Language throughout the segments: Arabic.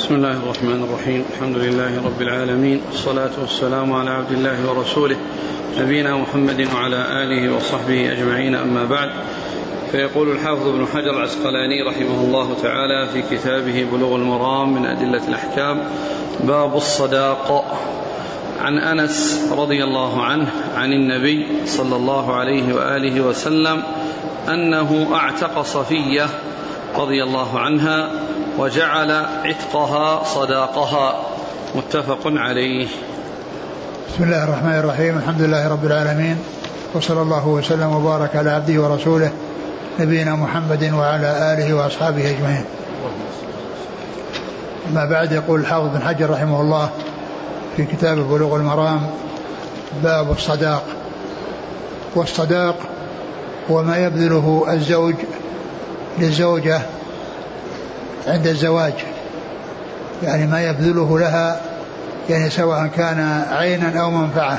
بسم الله الرحمن الرحيم. الحمد لله رب العالمين، والصلاة والسلام على عبد الله ورسوله نبينا محمد وعلى آله وصحبه أجمعين، أما بعد. فيقول الحافظ ابن حجر العسقلاني رحمه الله تعالى في كتابه بلوغ المرام من أدلة الأحكام: باب الصداق. عن أنس رضي الله عنه عن النبي صلى الله عليه وآله وسلم أنه أعتق صفية رضي الله عنها وجعل عتقها صداقها، متفق عليه. بسم الله الرحمن الرحيم. الحمد لله رب العالمين، وصلى الله وسلم وبارك على عبده ورسوله نبينا محمد وعلى آله وأصحابه أجمعين. ما بعد، يقول الحافظ بن حجر رحمه الله في كتاب بلوغ المرام: باب الصداق. والصداق وما يبذله الزوج للزوجة عند الزواج، يعني ما يبذله لها، يعني سواء كان عينا أو منفعة،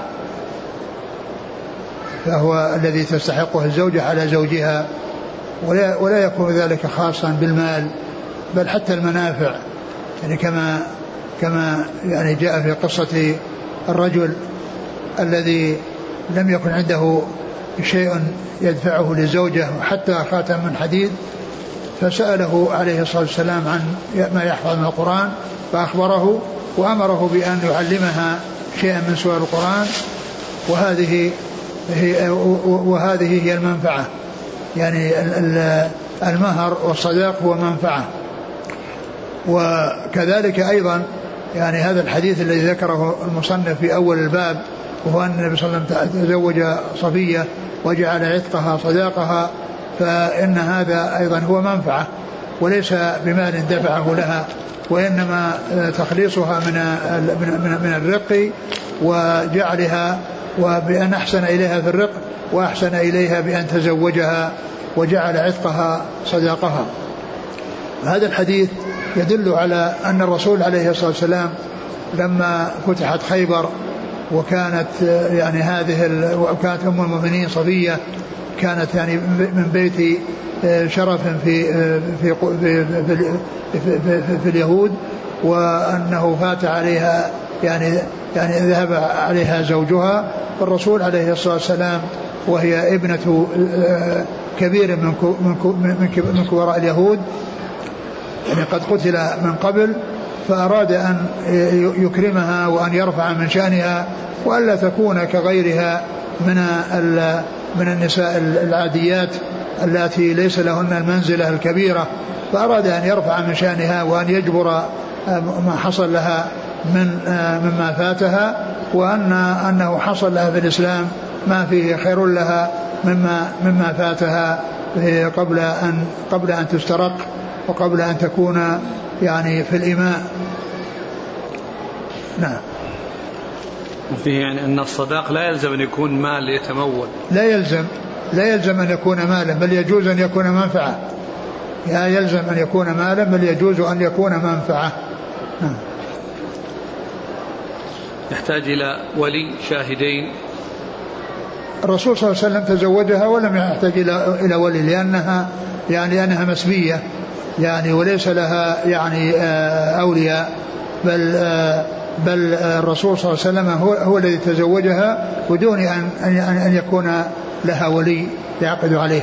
فهو الذي تستحقه الزوجة على زوجها، ولا يكون ذلك خاصا بالمال، بل حتى المنافع، يعني كما يعني جاء في قصة الرجل الذي لم يكن عنده شيء يدفعه للزوجة حتى خاتم من حديد، فسأله عليه الصلاة والسلام عن ما يحفظ من القرآن، فأخبره وأمره بأن يعلمها شيئا من سور القرآن، وهذه هي المنفعة، يعني المهر والصداق هو منفعة. وكذلك أيضا يعني هذا الحديث الذي ذكره المصنف في أول الباب، وهو أن النبي صلى الله عليه وسلم تزوج صفية وجعل عتقها صداقها، فإن هذا أيضا هو منفعة، وليس بمال دفعه لها، وإنما تخليصها من الرق وجعلها، وبأن أحسن إليها في الرق، وأحسن إليها بأن تزوجها وجعل عتقها صداقها. هذا الحديث يدل على أن الرسول عليه الصلاة والسلام لما فتحت خيبر، وكانت يعني وكانت أم المؤمنين صفية كانت يعني من بيت شرف في اليهود، وأنه فات عليها يعني ذهب عليها زوجها، والرسول عليه الصلاة والسلام وهي ابنة كبير من كبراء اليهود، يعني قد قتل من قبل، فأراد أن يكرمها وأن يرفع من شأنها، وألا تكون كغيرها من النساء العاديات التي ليس لهن المنزلة الكبيرة، فأراد أن يرفع من شأنها وأن يجبر ما حصل لها مما فاتها، وأنه حصل لها في الإسلام ما فيه خير لها مما فاتها قبل أن تسترق، وقبل أن تكون يعني في الإماء. نعم. وفيه يعني أن الصداق لا يلزم أن يكون مال يتمول، لا يلزم أن يكون مالا، بل يجوز أن يكون منفعة. لا يلزم أن يكون مالا، بل يجوز أن يكون منفعة. يحتاج إلى ولي شاهدين. الرسول صلى الله عليه وسلم تزوجها ولم يحتاج إلى ولي، لأنها مسبية، يعني وليس لها يعني أولياء، بل الرسول صلى الله عليه وسلم هو الذي تزوجها بدون أن يكون لها ولي يعقد عليه.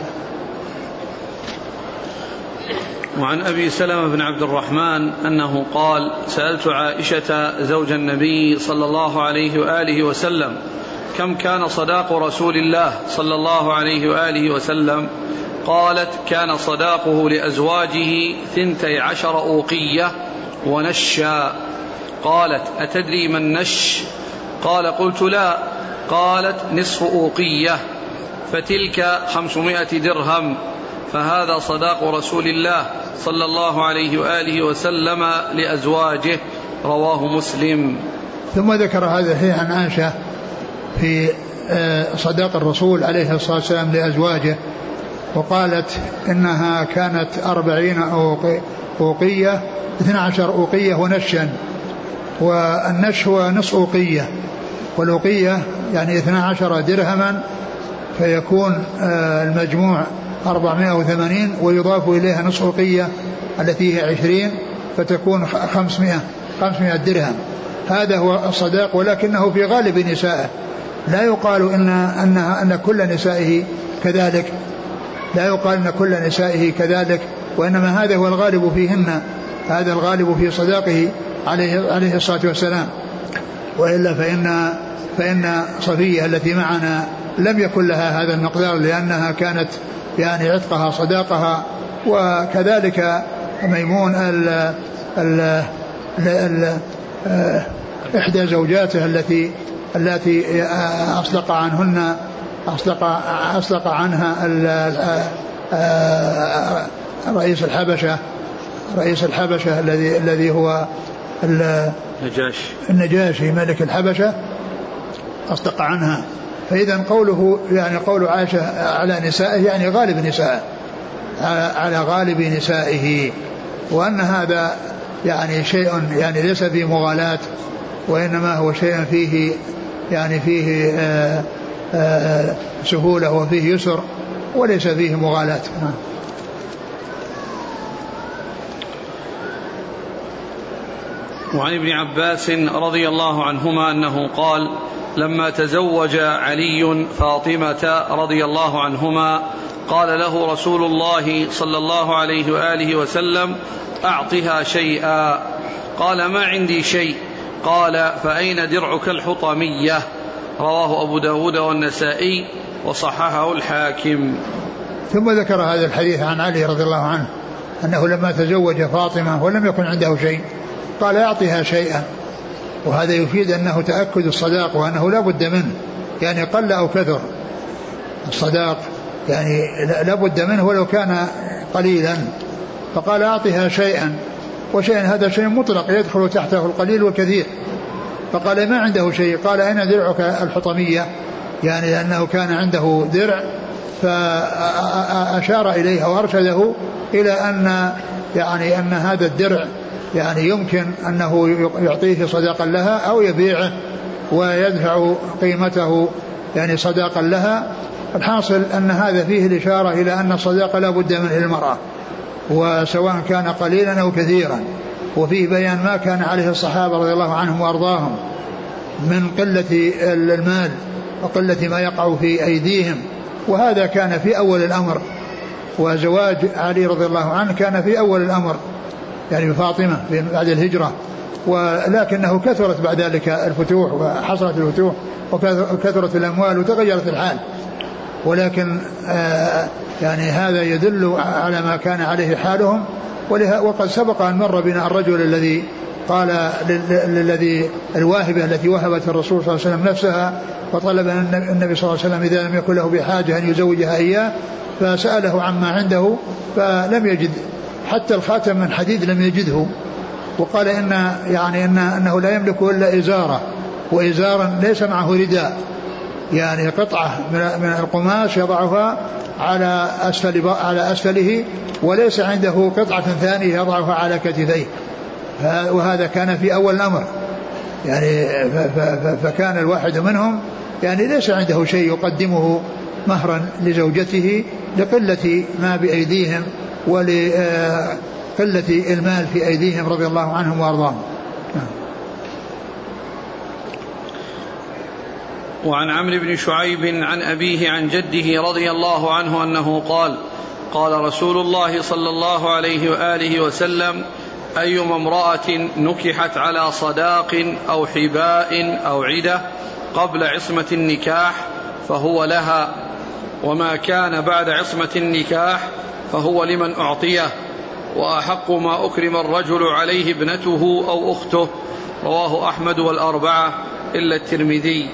وعن أبي سلمة بن عبد الرحمن أنه قال: سألت عائشة زوج النبي صلى الله عليه وآله وسلم: كم كان صداق رسول الله صلى الله عليه وآله وسلم؟ قالت: كان صداقه لأزواجه 12 أوقية ونشا. قالت: أتدري ما النش؟ قال: قلت لا. قالت: نصف أوقية، فتلك 500 درهم، فهذا صداق رسول الله صلى الله عليه وآله وسلم لأزواجه، رواه مسلم. ثم ذكر هذا الحديث عن عائشة في صداق الرسول عليه الصلاة والسلام لأزواجه، وقالت إنها كانت 40 أوقية 12 أوقية ونشا، والنش هو نصف أوقية، والأوقية يعني 12 درهما، فيكون المجموع 480، ويضاف إليها نصف أوقية التي هي 20، فتكون 500 درهم. هذا هو الصداق، ولكنه في غالب نسائه، لا يقال أن كل نسائه كذلك، لا يقال أن كل نسائه كذلك، وإنما هذا هو الغالب فيهن، هذا الغالب في صداقه عليه الصلاة والسلام. وإلا فإن صفية التي معنا لم يكن لها هذا المقدار، لأنها كانت يعني عتقها صداقها. وكذلك ميمون إحدى زوجاته التي أصدق عنها رئيس الحبشة الذي هو النجاشي ملك الحبشة، أصدق عنها. فإذا قوله يعني قول عائشة على نسائه يعني غالب نسائه، على غالب نسائه، وأن هذا يعني شيء يعني ليس فيه مغالاة، وإنما هو شيء فيه يعني فيه سهولة وفيه يسر، وليس فيه مغالاة. وعن ابن عباس رضي الله عنهما أنه قال: لما تزوج علي فاطمة رضي الله عنهما قال له رسول الله صلى الله عليه وآله وسلم: أعطها شيئا. قال: ما عندي شيء. قال: فأين درعك الحطمية؟ رواه أبو داود والنسائي وصححه الحاكم. ثم ذكر هذا الحديث عن علي رضي الله عنه أنه لما تزوج فاطمة ولم يكن عنده شيء قال: أعطها شيئا، وهذا يفيد أنه تأكد الصداق، وأنه لا بد منه، يعني قل أو كثر الصداق، يعني لا بد منه ولو كان قليلا. فقال: أعطها شيئا، وشيئا هذا شيء مطلق يدخل تحته القليل والكثير. فقال: ما عنده شيء. قال: أين درعك الحطمية؟ يعني لأنه كان عنده درع، فأشار إليها وأرشده إلى أن هذا الدرع يعني يمكن أنه يعطيه صداقا لها أو يبيعه ويدفع قيمته يعني صداقا لها. الحاصل أن هذا فيه الإشارة إلى أن الصداقة لا بد منه للمرأة، وسواء كان قليلا أو كثيرا. وفيه بيان ما كان عليه الصحابة رضي الله عنهم وأرضاهم من قلة المال وقلة ما يقع في أيديهم، وهذا كان في أول الأمر، وزواج علي رضي الله عنه كان في أول الأمر يعني بفاطمة بعد الهجرة، ولكنه كثرت بعد ذلك الفتوح وحصلت الفتوح وكثرت الأموال وتغيرت الحال. ولكن يعني هذا يدل على ما كان عليه حالهم. وقد سبق أن مر بنا الرجل الذي قال للذي الواهبة التي وهبت الرسول صلى الله عليه وسلم نفسها، وطلب النبي صلى الله عليه وسلم إذا لم يكن له بحاجة أن يزوجها إياه، فسأله عما عنده فلم يجد حتى الخاتم من حديد لم يجده، وقال إنه لا يملك إلا إزارة، وإزارا ليس معه رداء، يعني قطعة من القماش يضعها على أسفله، وليس عنده قطعة ثانية يضعها على كتفيه. وهذا كان في أول الأمر يعني، فكان الواحد منهم يعني ليس عنده شيء يقدمه مهرا لزوجته لقلة ما بأيديهم ولقلة المال في أيديهم رضي الله عنهم وأرضاهم. وعن عمرو بن شعيب عن أبيه عن جده رضي الله عنه أنه قال: قال رسول الله صلى الله عليه وآله وسلم: أيما امرأة نكحت على صداق أو حباء أو عدة قبل عصمة النكاح فهو لها، وما كان بعد عصمة النكاح فهو لمن أعطيه، وأحق ما أكرم الرجل عليه ابنته أو أخته. رواه أحمد والأربعة إلا الترمذي.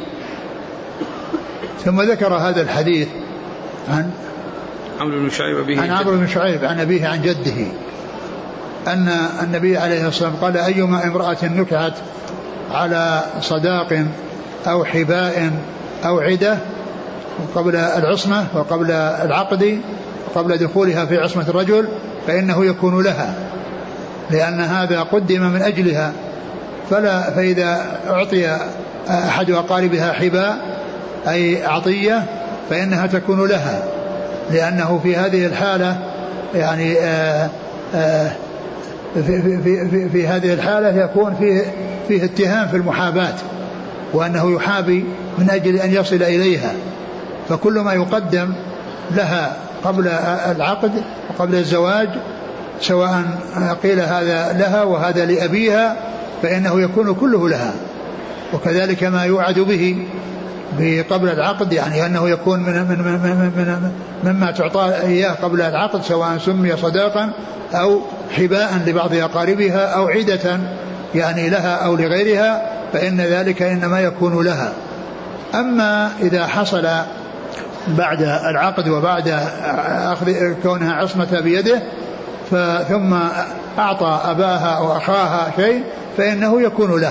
ثم ذكر هذا الحديث عن عمرو بن شعيب عن أبيه عن جده أن النبي عليه الصلاة والسلام قال: أيما امرأة نكحت على صداق أو حباء أو عدة قبل العصمة وقبل العقد وقبل دخولها في عصمة الرجل فإنه يكون لها، لأن هذا قدم من أجلها. فإذا أعطي أحد أقاربها حباء أي عطية فإنها تكون لها، لأنه في هذه الحالة يعني في هذه الحالة يكون فيه اتهام في المحاباة، وأنه يحابي من أجل أن يصل إليها. فكل ما يقدم لها قبل العقد وقبل الزواج، سواء قيل هذا لها وهذا لأبيها، فإنه يكون كله لها. وكذلك ما يوعد به قبل العقد، يعني أنه يكون مما تعطى إياه قبل العقد، سواء سمي صداقا أو حباء لبعض أقاربها أو عدة يعني لها أو لغيرها، فإن ذلك إنما يكون لها. أما إذا حصل بعد العقد وبعد أخذ كونها عصمة بيده ثم أعطى أباها أو أخاها شيء، فإنه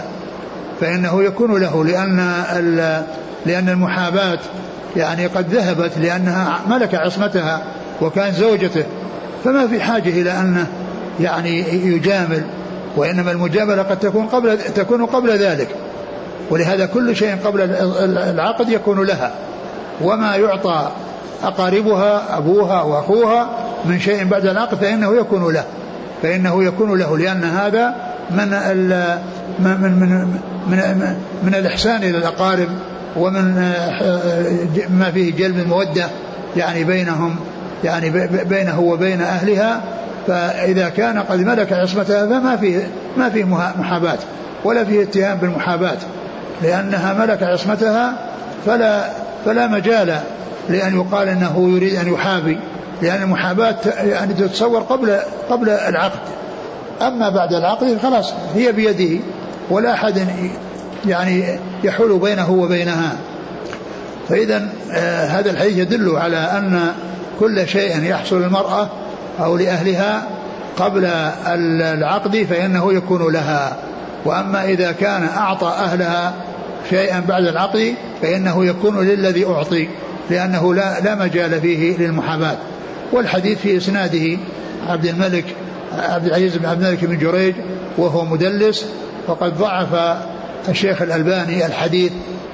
يكون له لأن المحاباة يعني قد ذهبت لأنها ملك عصمتها وكان زوجته، فما في حاجة إلى أنه يعني يجامل، وإنما المجاملة قد تكون قبل ذلك. ولهذا كل شيء قبل العقد يكون لها، وما يعطى أقاربها أبوها وأخوها من شيء بعد العقد فإنه يكون له لأن هذا من الإحسان إلى الأقارب، ومن ما فيه جلب المودة يعني بينهم، يعني بينه وبين أهلها. فإذا كان قد ملك عصمتها فما فيه محاباة ولا فيه اتهام بالمحاباة، لأنها ملك عصمتها فلا مجال لأن يقال أنه يريد أن يحابي، لأن المحاباة يعني تتصور قبل العقد. أما بعد العقد خلاص هي بيده، ولا أحد يعني يحول بينه وبينها. فإذا هذا الحديث يدل على أن كل شيء يحصل للمرأة أو لأهلها قبل العقد فإنه يكون لها. وأما إذا كان أعطى أهلها شيئا بعد العقد فإنه يكون للذي أعطي، لأنه لا مجال فيه للمحاباة. والحديث في إسناده عبد العزيز بن عبد الملك بن جريج وهو مدلس، وقد ضعف الشيخ الألباني الحديث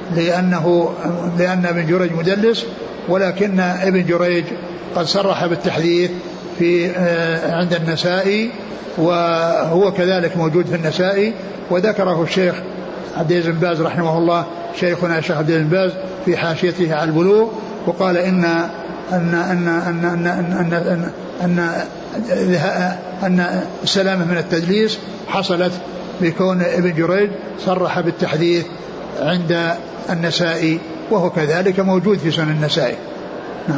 لأن ابن جريج مدلس، ولكن ابن جريج قد صرح بالتحديث عند النسائي، وهو كذلك موجود في النسائي، وذكره الشيخ عبد العزيز بن باز رحمه الله، شيخنا الشيخ عبد العزيز بن باز في حاشيته على البلوغ، وقال أن السلامة من التدليس حصلت بكون ابن جريج صرح بالتحديث عند النسائي، وهو كذلك موجود في سنن النسائي. نعم.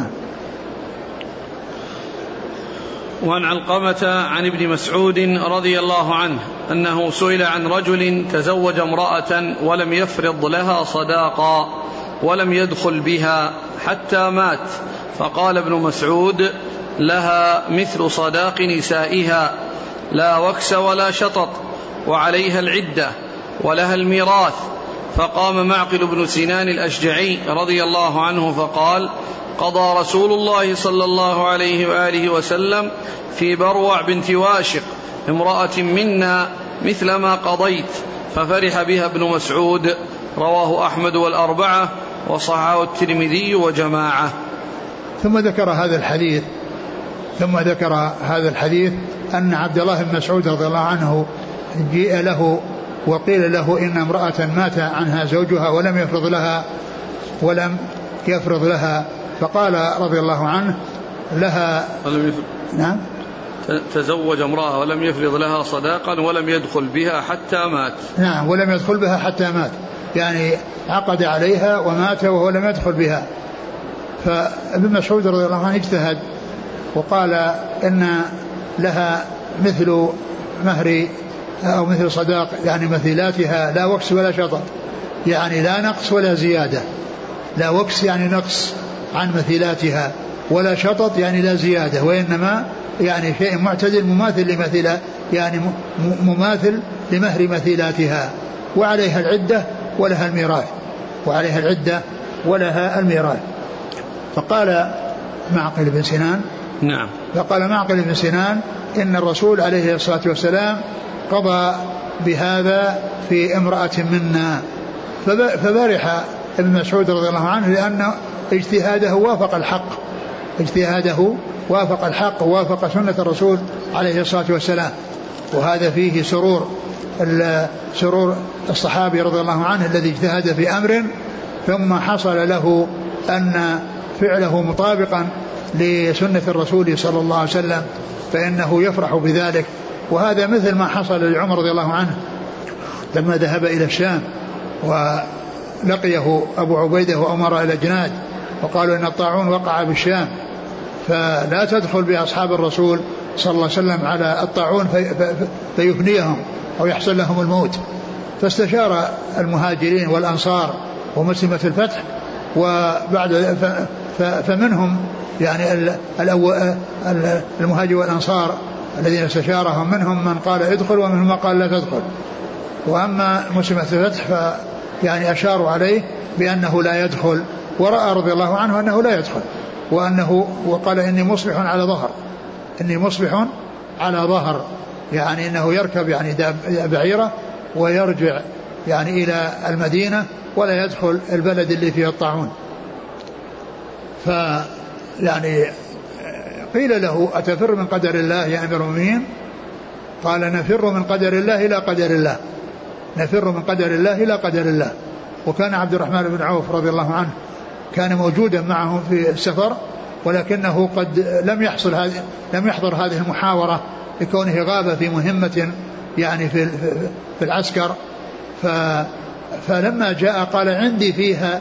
وعن علقمة عن ابن مسعود رضي الله عنه أنه سئل عن رجل تزوج امرأة ولم يفرض لها صداقا ولم يدخل بها حتى مات، فقال ابن مسعود: لها مثل صداق نسائها، لا وكس ولا شطط، وعليها العدة، ولها الميراث. فقام معقل بن سنان الأشجعي رضي الله عنه فقال: قضى رسول الله صلى الله عليه وآله وسلم في بروع بنت واشق امرأة منا مثل ما قضيت، ففرح بها ابن مسعود. رواه أحمد والأربعة، وصححه الترمذي وجماعة. ثم ذكر هذا الحديث أن عبد الله بن مسعود رضي الله عنه جيء له وقيل له إن امرأة مات عنها زوجها ولم يفرض لها، فقال رضي الله عنه: لها نعم تزوج امرأة ولم يفرض لها صداقا ولم يدخل بها حتى مات. نعم، ولم يدخل بها حتى مات، يعني عقد عليها ومات وهو لم يدخل بها. فابن مسعود رضي الله عنه اجتهد وقال إن لها مثل مهر أو مثل صداق، يعني مثيلاتها، لا وكس ولا شطط، يعني لا نقص ولا زيادة. لا وكس يعني نقص عن مثيلاتها، ولا شطط يعني لا زيادة، وإنما يعني شيء معتدل مماثل لمهر مثيلاتها. وعليها العدة ولها الميراث. فقال معقل بن سنان نعم. فقال معقل بن سنان إن الرسول عليه الصلاة والسلام قضى بهذا في امرأة منا. فبرح ابن مسعود رضي الله عنه لأن اجتهاده وافق الحق ووافق سنة الرسول عليه الصلاة والسلام. وهذا فيه سرور الصحابي رضي الله عنه الذي اجتهد في أمر ثم حصل له أن فعله مطابقا لسنة الرسول صلى الله عليه وسلم فإنه يفرح بذلك. وهذا مثل ما حصل لعمر رضي الله عنه لما ذهب إلى الشام ولقيه أبو عبيدة وأمر إلى جناد وقالوا إن الطاعون وقع بالشام فلا تدخل بأصحاب الرسول صلى الله عليه وسلم على الطاعون فيفنيهم أو يحصل لهم الموت. فاستشار المهاجرين والأنصار ومسلمة الفتح وبعد فمنهم يعني المهاجر والأنصار الذين استشارهم منهم من قال ادخل ومنهم من قال لا تدخل. وأما مسلمة الفتح يعني أشاروا عليه بأنه لا يدخل ورأى رضي الله عنه أنه لا يدخل وقال إني مصبح على ظهر يعني إنه يركب يعني بعيرة ويرجع يعني إلى المدينة ولا يدخل البلد اللي فيه الطاعون. فيعني قيل له أتفر من قدر الله يا أمير المؤمنين؟ قال نفر من قدر الله إلى قدر الله. وكان عبد الرحمن بن عوف رضي الله عنه كان موجودا معهم في السفر ولكنه قد لم يحضر هذه المحاورة لكونه غاب في مهمة يعني في العسكر. فلما جاء قال عندي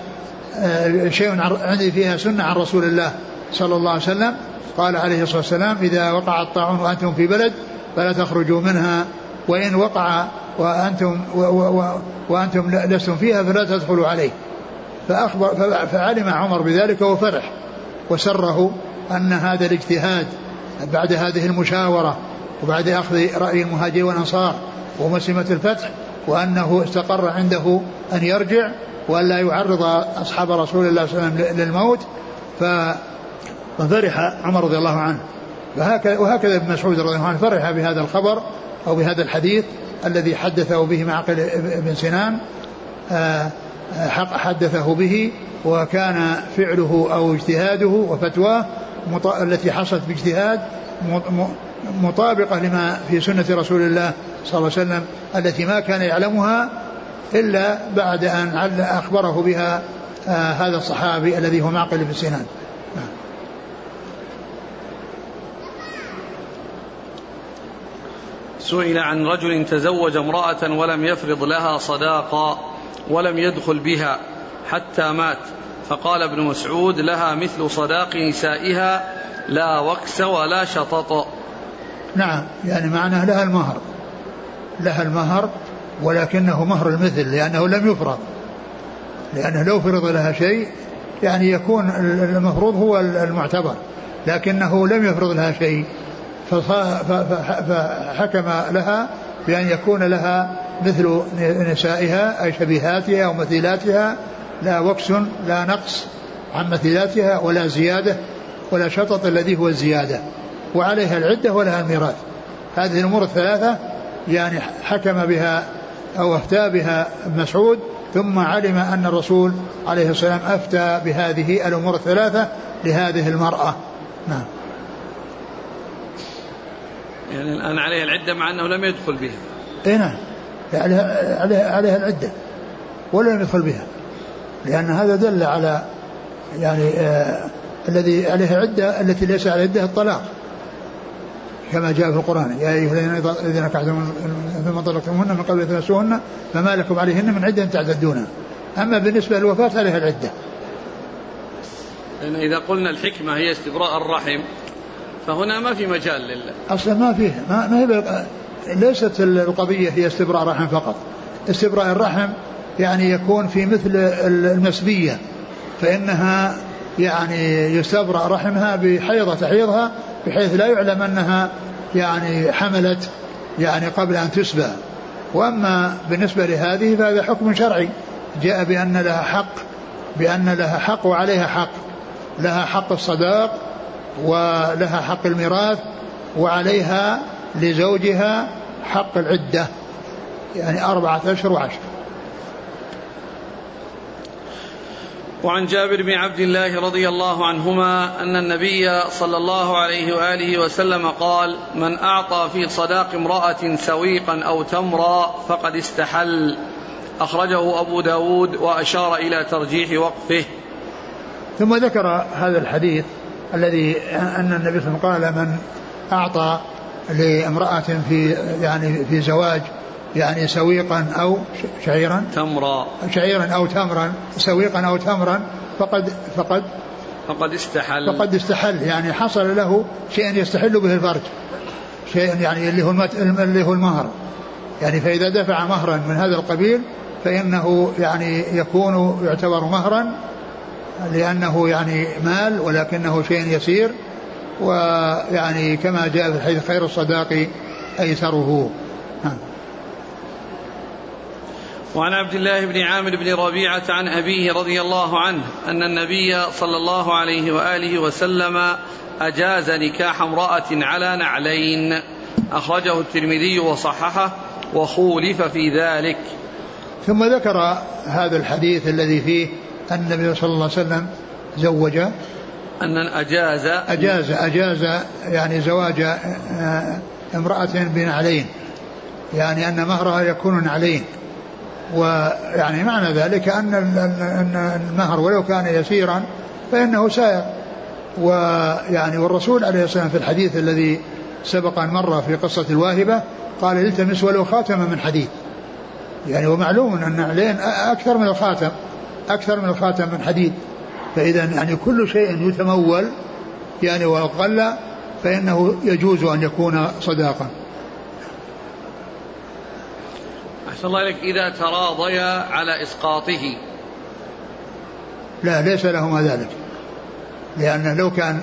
فيها سنة عن رسول الله صلى الله عليه وسلم. قال عليه الصلاة والسلام إذا وقع الطاعون وأنتم في بلد فلا تخرجوا منها وإن وقع وأنتم لستم فيها فلا تدخلوا عليه. فعلم عمر بذلك وفرح وسره أن هذا الاجتهاد بعد هذه المشاورة وبعد أخذ رأي المهاجرين والأنصار ومسلمة الفتح وأنه استقر عنده أن يرجع وأن لا يعرض أصحاب رسول الله صلى الله عليه وسلم للموت. ففرح عمر رضي الله عنه. وهكذا ابن مسعود رضي الله عنه فرح بهذا الخبر أو بهذا الحديث الذي حدثه به معقل بن سنان حدثه به. وكان فعله أو اجتهاده وفتواه التي حصلت باجتهاد مطابقة لما في سنة رسول الله صلى الله عليه وسلم التي ما كان يعلمها إلا بعد أن أخبره بها هذا الصحابي الذي هو معقل بن سنان. سئل عن رجل تزوج امرأة ولم يفرض لها صداقا ولم يدخل بها حتى مات فقال ابن مسعود لها مثل صداق نسائها لا وكس ولا شطط. نعم يعني معناه لها المهر ولكنه مهر المثل لأنه لم يفرض. لأنه لو فرض لها شيء يعني يكون المفروض هو المعتبر لكنه لم يفرض لها شيء فحكم لها بأن يكون لها مثل نسائها أي شبيهاتها أو مثيلاتها لا وكس لا نقص عن مثيلاتها ولا زيادة ولا شطط الذي هو الزيادة وعليها العدة ولها الميراث. هذه الأمور الثلاثة يعني حكم بها أو أفتى بها ابن مسعود ثم علم أن الرسول عليه السلام أفتى بهذه الأمور الثلاثة لهذه المرأة. نعم يعني الآن عليها العدة مع أنه لم يدخل بها. نعم عليها العدة ولم يدخل بها لأن هذا دل على يعني الذي عليها عدة التي ليس على عدة الطلاق كما جاء في القرآن يا أيها الذين نكحتم ثم طلقتموهن من قبل أن تمسوهن فما لكم عليهن من عدة تعتدونها. أما بالنسبة للوفاة عليها العدة. لأن إذا قلنا الحكمة هي استبراء الرحم فهنا ما في مجال لله أصلا ما فيه ما هي ليست القضية هي استبراء الرحم فقط. استبراء الرحم يعني يكون في مثل المسبية فإنها يعني يستبرأ رحمها بحيضة تحيضها بحيث لا يعلم أنها يعني حملت يعني قبل أن تسبى. وأما بالنسبة لهذه فهذا حكم شرعي جاء بأن لها حق وعليها حق. لها حق الصداق ولها حق الميراث وعليها لزوجها حق العدة يعني 4 أشهر و10. وعن جابر بن عبد الله رضي الله عنهما أن النبي صلى الله عليه وآله وسلم قال: من أعطى في صداق امرأة سويقا أو تمرا فقد استحل. أخرجه أبو داود وأشار إلى ترجيح وقفه. ثم ذكر هذا الحديث الذي أن النبي صلى الله عليه وسلم قال: من أعطى لامرأة في زواج سويقا أو شعيرا أو تمرا سويقا أو تمرا فقد استحل، يعني حصل له شيء يستحل به الفرج، شيء اللي هو المهر، فإذا دفع مهرا من هذا القبيل فإنه يكون يعتبر مهرا، لأنه مال ولكنه شيء يسير، كما جاء في الحديث: خير الصداق أيسره. وعن عبد الله بن عامر بن ربيعة عن أبيه رضي الله عنه أن النبي صلى الله عليه وآله وسلم أجاز نكاح امرأة على نعلين. أخرجه الترمذي وصححه وخولف في ذلك. ثم ذكر هذا الحديث الذي فيه أن النبي صلى الله عليه وسلم زوج، أن أجاز زواج امرأة بنعلين، أن مهرها يكون نعلين، معنى ذلك أن المهر ولو كان يسيرا فإنه سائر. والرسول عليه الصلاة والسلام في الحديث الذي سبق أن مر في قصة الواهبة قال: التمس ولو خاتم من حديد، ومعلوم أن النعلين أكثر من الخاتم من حديد، فإذا كل شيء يتمول وقل فإنه يجوز أن يكون صداقا. أحسن الله إليك. إذا تراضيا على إسقاطه لا، ليس لهما ذلك، لأن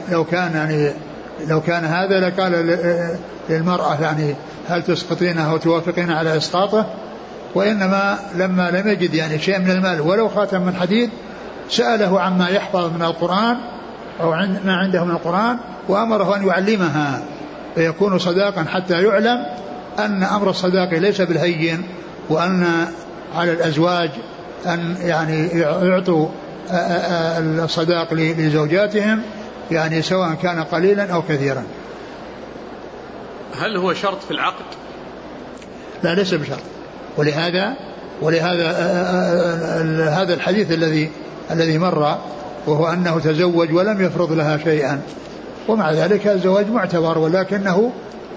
لو كان هذا لقال للمرأة هل تسقطينه أو توافقين على إسقاطه، وإنما لما لم يجد شيء من المال ولو خاتم من حديد سأله عما يحفظ من القرآن أو ما عنده من القرآن وأمره أن يعلمها فيكون صداقا، حتى يعلم أن أمر الصداق ليس بالهين، وأن على الأزواج أن يعطوا الصداق لزوجاتهم سواء كان قليلا أو كثيرا. هل هو شرط في العقد؟ لا، ليس بشرط. ولهذا هذا الحديث الذي مر وهو أنه تزوج ولم يفرض لها شيئا، ومع ذلك الزواج معتبر، ولكنه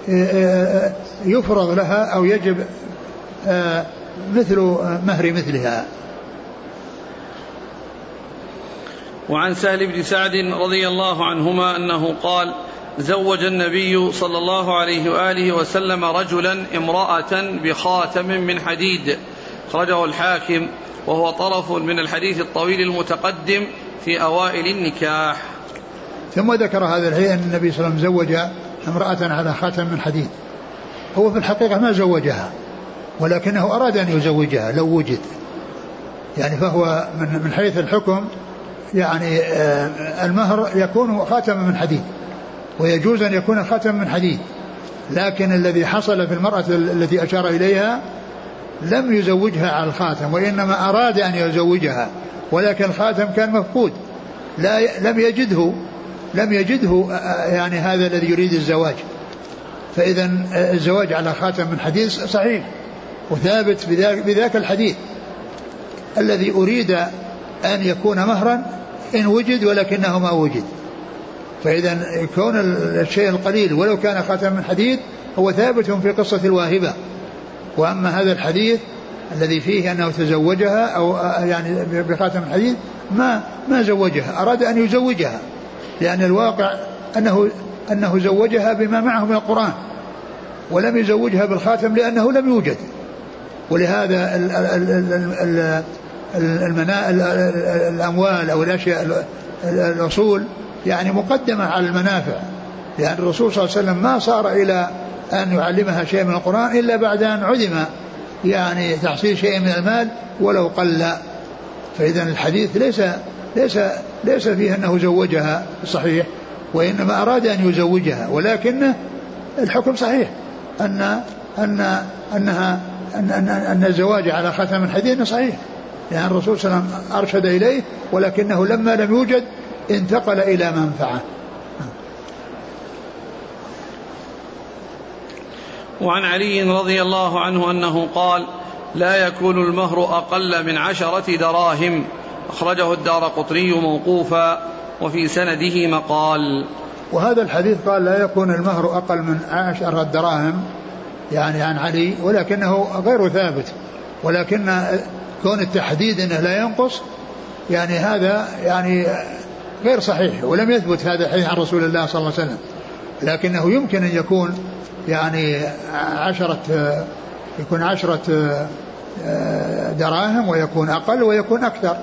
يفرض لها أو يجب مثل مهر مثلها. وعن سهل بن سعد رضي الله عنهما أنه قال: زوج النبي صلى الله عليه وآله وسلم رجلا امرأة بخاتم من حديد. أخرجه الحاكم وهو طرف من الحديث الطويل المتقدم في أوائل النكاح. ثم ذكر هذا الحديث أن النبي صلى الله عليه وسلم زوج امرأة على خاتم من حديد. هو في الحقيقة ما زوجها، ولكنه أراد أن يزوجها لو وجد، فهو من حيث الحكم المهر يكون خاتم من حديد، ويجوز أن يكون خاتم من حديد، لكن الذي حصل في المرأة التي أشار إليها لم يزوجها على الخاتم، وإنما أراد أن يزوجها، ولكن الخاتم كان مفقود، لم يجده هذا الذي يريد الزواج. فإذا الزواج على خاتم من حديد صحيح وثابت بذاك الحديث الذي أريد أن يكون مهرا إن وجد ولكنه ما وجد. فإذا يكون الشيء القليل ولو كان خاتم من حديد هو ثابت في قصة الواهبة. وأما هذا الحديث الذي فيه أنه تزوجها أو بخاتم من حديد ما زوجها، أراد أن يزوجها، لأن الواقع أنه زوجها بما معه من القرآن، ولم يزوجها بالخاتم لأنه لم يوجد. ولهذا الأموال أو الأشياء الأصول مقدمة على المنافع، لأن الرسول صلى الله عليه وسلم ما صار إلى أن يعلمها شيء من القرآن إلا بعد أن عدم تحصيل شيء من المال ولو قل. فإذا الحديث ليس فيه أنه زوجها صحيح، وإنما أراد أن يزوجها، ولكن الحكم صحيح أن الزواج على خاتم الحديد صحيح، لأن الرسول صلى الله عليه وسلم أرشد إليه، ولكنه لما لم يوجد انتقل إلى منفعة. وعن علي رضي الله عنه أنه قال: لا يكون المهر أقل من 10 دراهم. أخرجه الدارقطني موقوفا وفي سنده مقال. وهذا الحديث قال لا يكون المهر أقل من 10 دراهم، يعني عن علي، ولكنه غير ثابت، ولكن كون التحديد أنه لا ينقص يعني هذا يعني غير صحيح، ولم يثبت هذا الحديث عن رسول الله صلى الله عليه وسلم، لكنه يمكن أن يكون يعني 10 دراهم، ويكون أقل ويكون أكثر.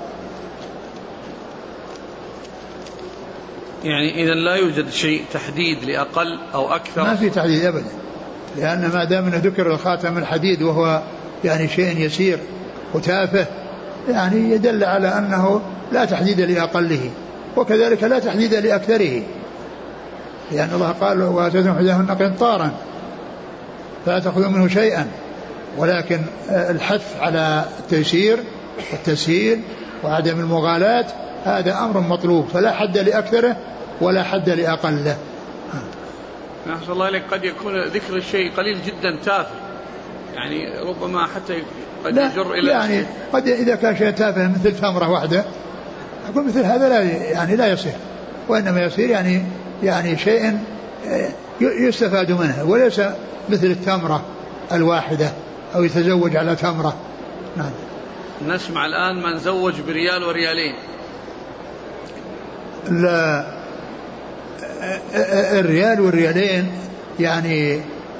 يعني إذن لا يوجد شيء تحديد لأقل أو أكثر؟ ما في تحديد أبدا، لأن ما دام أنه ذكر الخاتم الحديد وهو يعني شيء يسير وتافه، يعني يدل على أنه لا تحديد لأقله، وكذلك لا تحديد لأكثره، لأن الله قال: وآتيتم إحداهن قنطارا فلا تأخذوا منه شيئا. ولكن الحث على التيسير والتسهيل وعدم المغالاة هذا أمر مطلوب، فلا حد لأكثره ولا حد لأقله. نحن الله إليك قد يكون ذكر الشيء قليل جدا تافه، يعني ربما حتى قد يجر إلى يعني قد إذا كان شيء تافه مثل تمرة واحدة أقول مثل هذا لا يصير، وإنما يصير يعني شيء يستفاد منه، وليس مثل التمرة الواحدة أو يتزوج على تمرة. نعم. نسمع الآن من زوج بريال وريالين. لا، الريال والريالين يعني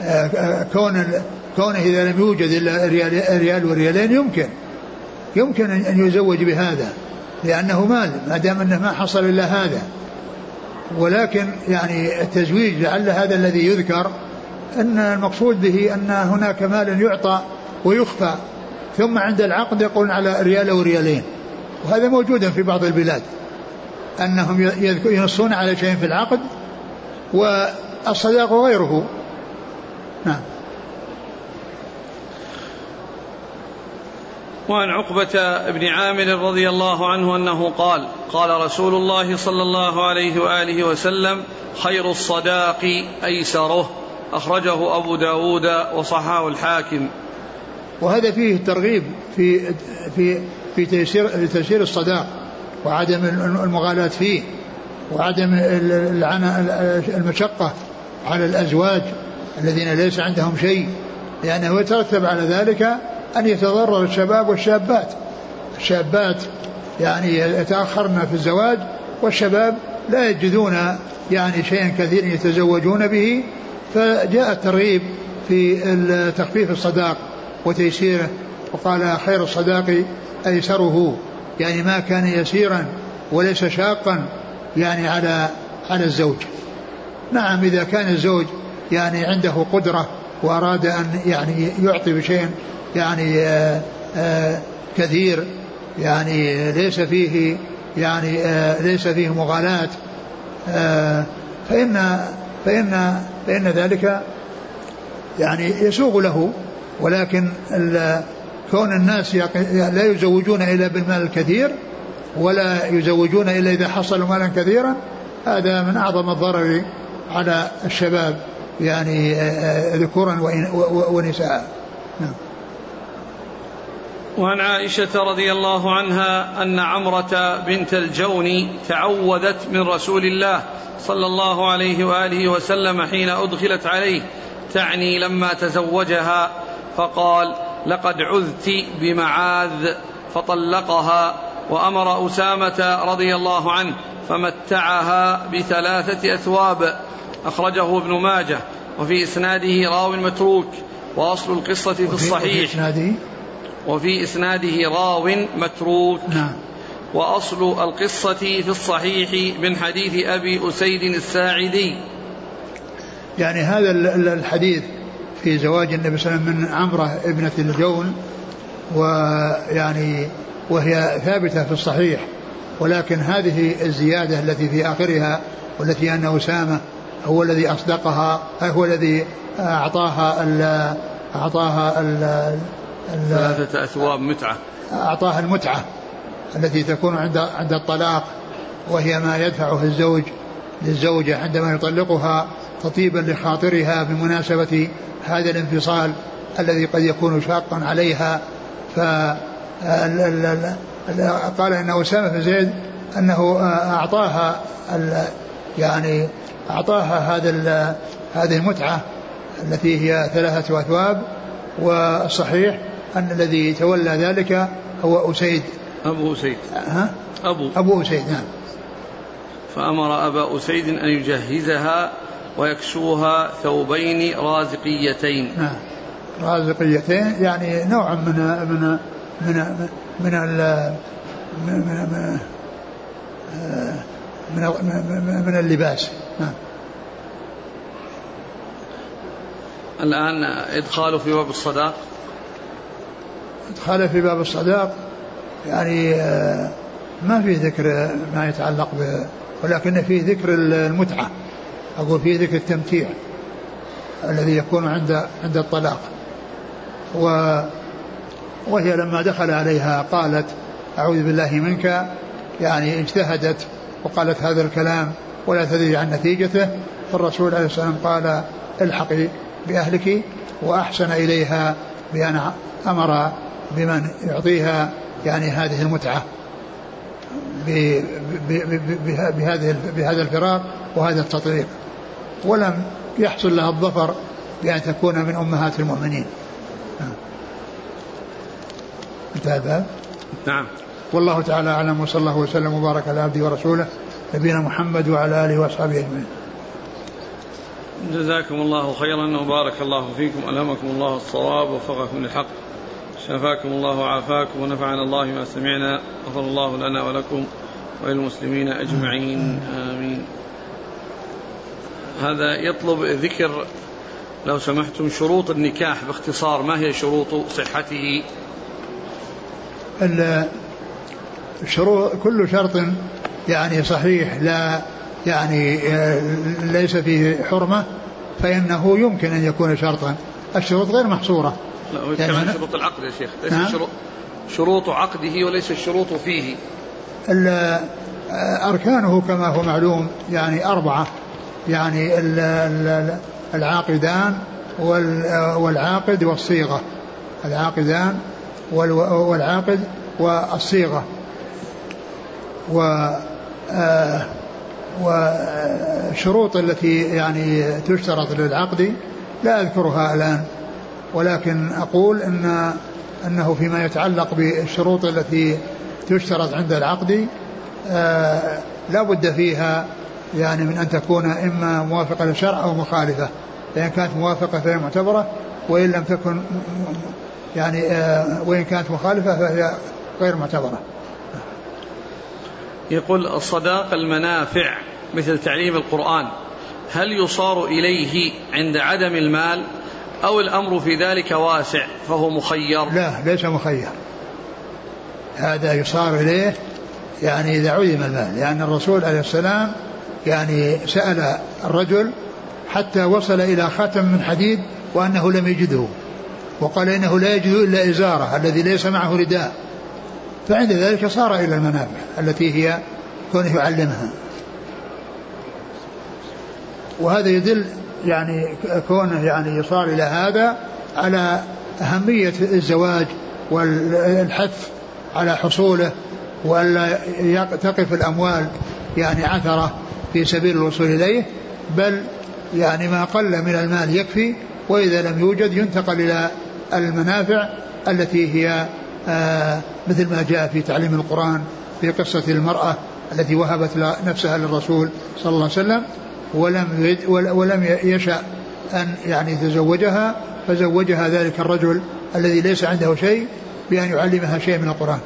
كونه إذا لم يوجد إلا ريال وريالين يمكن أن يزوج بهذا، لأنه مال، ما دام أنه ما حصل إلا هذا. ولكن يعني التزويج لعل هذا الذي يذكر أن المقصود به أن هناك مال يعطى ويخفى، ثم عند العقد يقولون على ريال وريالين، وهذا موجودا في بعض البلاد أنهم ينصون على شيء في العقد والصداق غيره. نعم. وعن عقبة بن عامر رضي الله عنه أنه قال: قال رسول الله صلى الله عليه وآله وسلم: خير الصداق أيسره. أخرجه أبو داود وصححه الحاكم. وهذا فيه الترغيب في تيسير الصداق وعدم المغالاة فيه، وعدم المشقة على الأزواج الذين ليس عندهم شيء، لأنه يترتب على ذلك أن يتضرر الشباب والشابات. الشابات يعني يتأخرن في الزواج، والشباب لا يجدون يعني شيئا كثير يتزوجون به، فجاء الترغيب في تخفيف الصداق وتيسيره، وقال: خير الصداق أيسره، يعني ما كان يسيرا وليس شاقا يعني على الزوج. نعم، إذا كان الزوج يعني عنده قدرة وأراد أن يعني يعطي بشيء يعني كثير، يعني ليس فيه مغالاة، فإن ذلك يعني يسوغ له. ولكن كون الناس لا يزوجون إلا بالمال الكثير، ولا يزوجون إلا إذا حصلوا مالا كثيرا، هذا من أعظم الضرر على الشباب يعني ذكورا ونساء. نعم. وعن عائشة رضي الله عنها أن عمرة بنت الجون تعوذت من رسول الله صلى الله عليه وآله وسلم حين أدخلت عليه، تعني لما تزوجها، فقال: لقد عذت بمعاذ، فطلقها، وأمر أسامة رضي الله عنه فمتعها ب3 أثواب. أخرجه ابن ماجه، وفي إسناده راو متروك، وأصل القصة في الصحيح. وفي إسناده راو متروك. نعم. وأصل القصة في الصحيح من حديث أبي أسيد الساعدي. يعني هذا الحديث في زواج النبي صلى الله عليه وسلم من عمرة ابنة الجون، ويعني وهي ثابتة في الصحيح، ولكن هذه الزيادة التي في آخرها، والتي أن أسامة هو الذي أصدقها، هو الذي أعطاها 3 أثواب متعة، أعطاها المتعة التي تكون عند الطلاق، وهي ما يدفعه الزوج للزوجة عندما يطلقها تطيبا لخاطرها بمناسبة هذا الانفصال الذي قد يكون شاقا عليها. قال إن أسامة بن زيد أنه أعطاها يعني أعطاها هذه المتعة التي هي 3 أثواب. والصحيح أن الذي تولى ذلك هو أسيد أبو أسيد أبو أسيد. نعم. فأمر أبا أسيد أن يجهزها ويكسوها ثوبين رازقيتين. نعم. رازقيتين يعني نوع من من اللباس. نعم. الآن إدخال في باب الصداق. إدخال في باب الصداق يعني ما في ذكر ما يتعلق ولكن في ذكر المتعة، أقول في ذكر التمتيع الذي يكون عند الطلاق. وهي لما دخل عليها قالت أعوذ بالله منك، يعني اجتهدت وقالت هذا الكلام ولا تدري عن نتيجته. فالرسول عليه الصلاة والسلام قال الحقي بأهلك، وأحسن إليها بأن أمر بمن يعطيها يعني هذه المتعة بهذا الفراق وهذا التطليق، ولم يحصل لها الظفر بأن تكون من أمهات المؤمنين. انتهى الباب. نعم. والله تعالى أعلم، وصلى الله وسلم وبارك على عبده ورسوله نبينا محمد وعلى آله وأصحابه أجمعين. جزاكم الله خيرا وبارك الله فيكم، ألهمكم الله الصواب ووفقكم للحق، شفاكم الله وعافاكم ونفعنا الله ما سمعنا، غفر الله لنا ولكم وللمسلمين أجمعين، آمين. هذا يطلب ذكر لو سمحتم شروط النكاح باختصار، ما هي شروط صحته؟ الشروط كل شرط يعني صحيح لا يعني ليس فيه حرمة فإنه يمكن أن يكون شرطا. الشروط غير محصورة. لا يعني شروط العقد يا شيخ، ليس شروط عقده وليس الشروط فيه. أركانه كما هو معلوم يعني 4، يعني العاقدان والعاقد والصيغة، العاقدان والعاقد والصيغة. وشروط التي يعني تشترط للعقد لا أذكرها الآن، ولكن أقول أنه فيما يتعلق بالشروط التي تشترط عند العقد لا بد فيها يعني من أن تكون إما موافقة للشرع أو مخالفة، فإن كانت موافقة فهي معتبرة، وإن لم تكن يعني وإن كانت مخالفة فهي غير معتبرة. يقول الصداق المنافع مثل تعليم القرآن، هل يصار إليه عند عدم المال أو الأمر في ذلك واسع فهو مخير؟ لا، ليس مخير، هذا يصار إليه يعني إذا عدم المال، لأن الرسول عليه السلام يعني سأل الرجل حتى وصل إلى خاتم من حديد وأنه لم يجده، وقال إنه لا يجد إلا إزارة الذي ليس معه رداء، فعند ذلك صار إلى المنافع التي هي كونه يعلمها. وهذا يدل يعني كونه يعني يصار إلى هذا على أهمية الزواج والحث على حصوله، وألا تقف الأموال يعني عثرة في سبيل الوصول إليه، بل يعني ما قل من المال يكفي، وإذا لم يوجد ينتقل إلى المنافع التي هي مثل ما جاء في تعليم القرآن في قصة المرأة التي وهبت نفسها للرسول صلى الله عليه وسلم ولم يشأ أن يعني يتزوجها، فزوجها ذلك الرجل الذي ليس عنده شيء بأن يعلمها شيء من القرآن.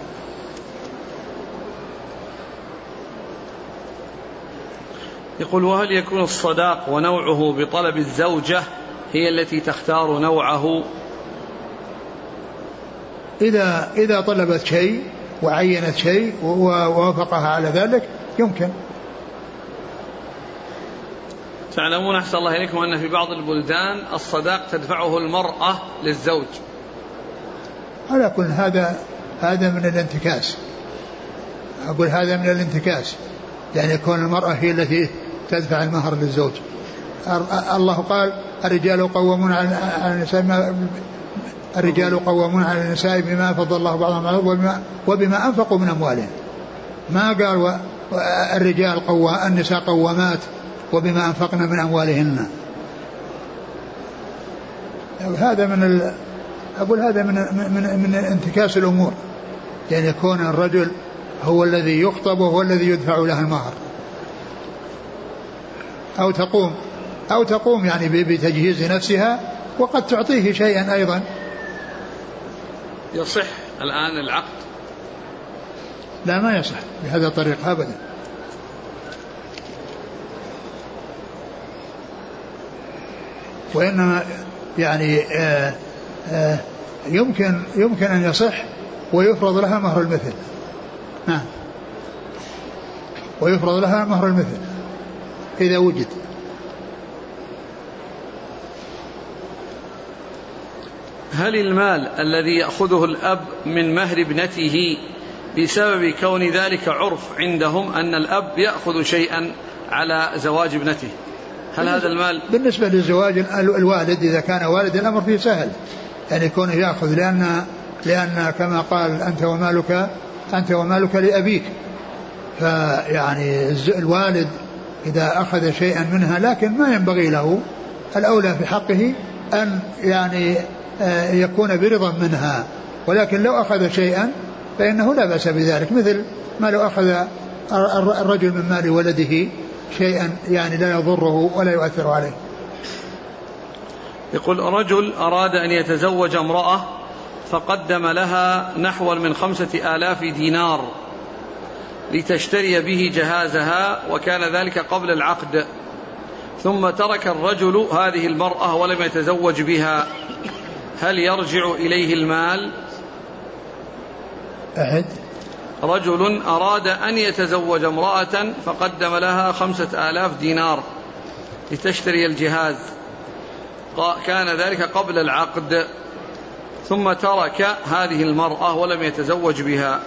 يقول وهل يكون الصداق ونوعه بطلب الزوجة هي التي تختار نوعه؟ إذا طلبت شيء وعينت شيء ووافقها على ذلك يمكن. تعلمون أحسن الله إليكم أن في بعض البلدان الصداق تدفعه المرأة للزوج. على كل هذا هذا من الانتكاس. أقول هذا من الانتكاس، يعني يكون المرأة هي التي تدفع المهر للزوج. الله قال الرجال قوامون على النساء بما فضل الله بعضهم على بعض وبما أنفقوا من أموالهم. ما قال النساء قوامات وبما أنفقنا من أموالهن. هذا من انتكاس الأمور، يعني يكون الرجل هو الذي يخطب وهو الذي يدفع له المهر، أو تقوم يعني بتجهيز نفسها وقد تعطيه شيئا أيضا. يصح الآن العقد؟ لا، ما يصح بهذا الطريق أبدا. وإنما يعني يمكن أن يصح ويفرض لها مهر المثل. نعم، ويفرض لها مهر المثل إذا وجد. هل المال الذي يأخذه الأب من مهر ابنته بسبب كون ذلك عرف عندهم أن الأب يأخذ شيئا على زواج ابنته، هل هذا المال بالنسبة للزواج الوالد إذا كان والد الأمر فيه سهل، يعني يكون يأخذ لأن كما قال أنت ومالك لأبيك. فيعني الوالد إذا أخذ شيئا منها، لكن ما ينبغي له، الأولى في حقه أن يعني يكون برضا منها، ولكن لو أخذ شيئا فإنه لا بأس بذلك، مثل ما لو أخذ الرجل من مال ولده شيئا يعني لا يضره ولا يؤثر عليه. يقول رجل أراد أن يتزوج امرأة فقدم لها نحو من 5,000 دينار لتشتري به جهازها، وكان ذلك قبل العقد، ثم ترك الرجل هذه المرأة ولم يتزوج بها، هل يرجع إليه المال؟ رجل أراد أن يتزوج امرأة فقدم لها 5,000 دينار لتشتري الجهاز، كان ذلك قبل العقد، ثم ترك هذه المرأة ولم يتزوج بها.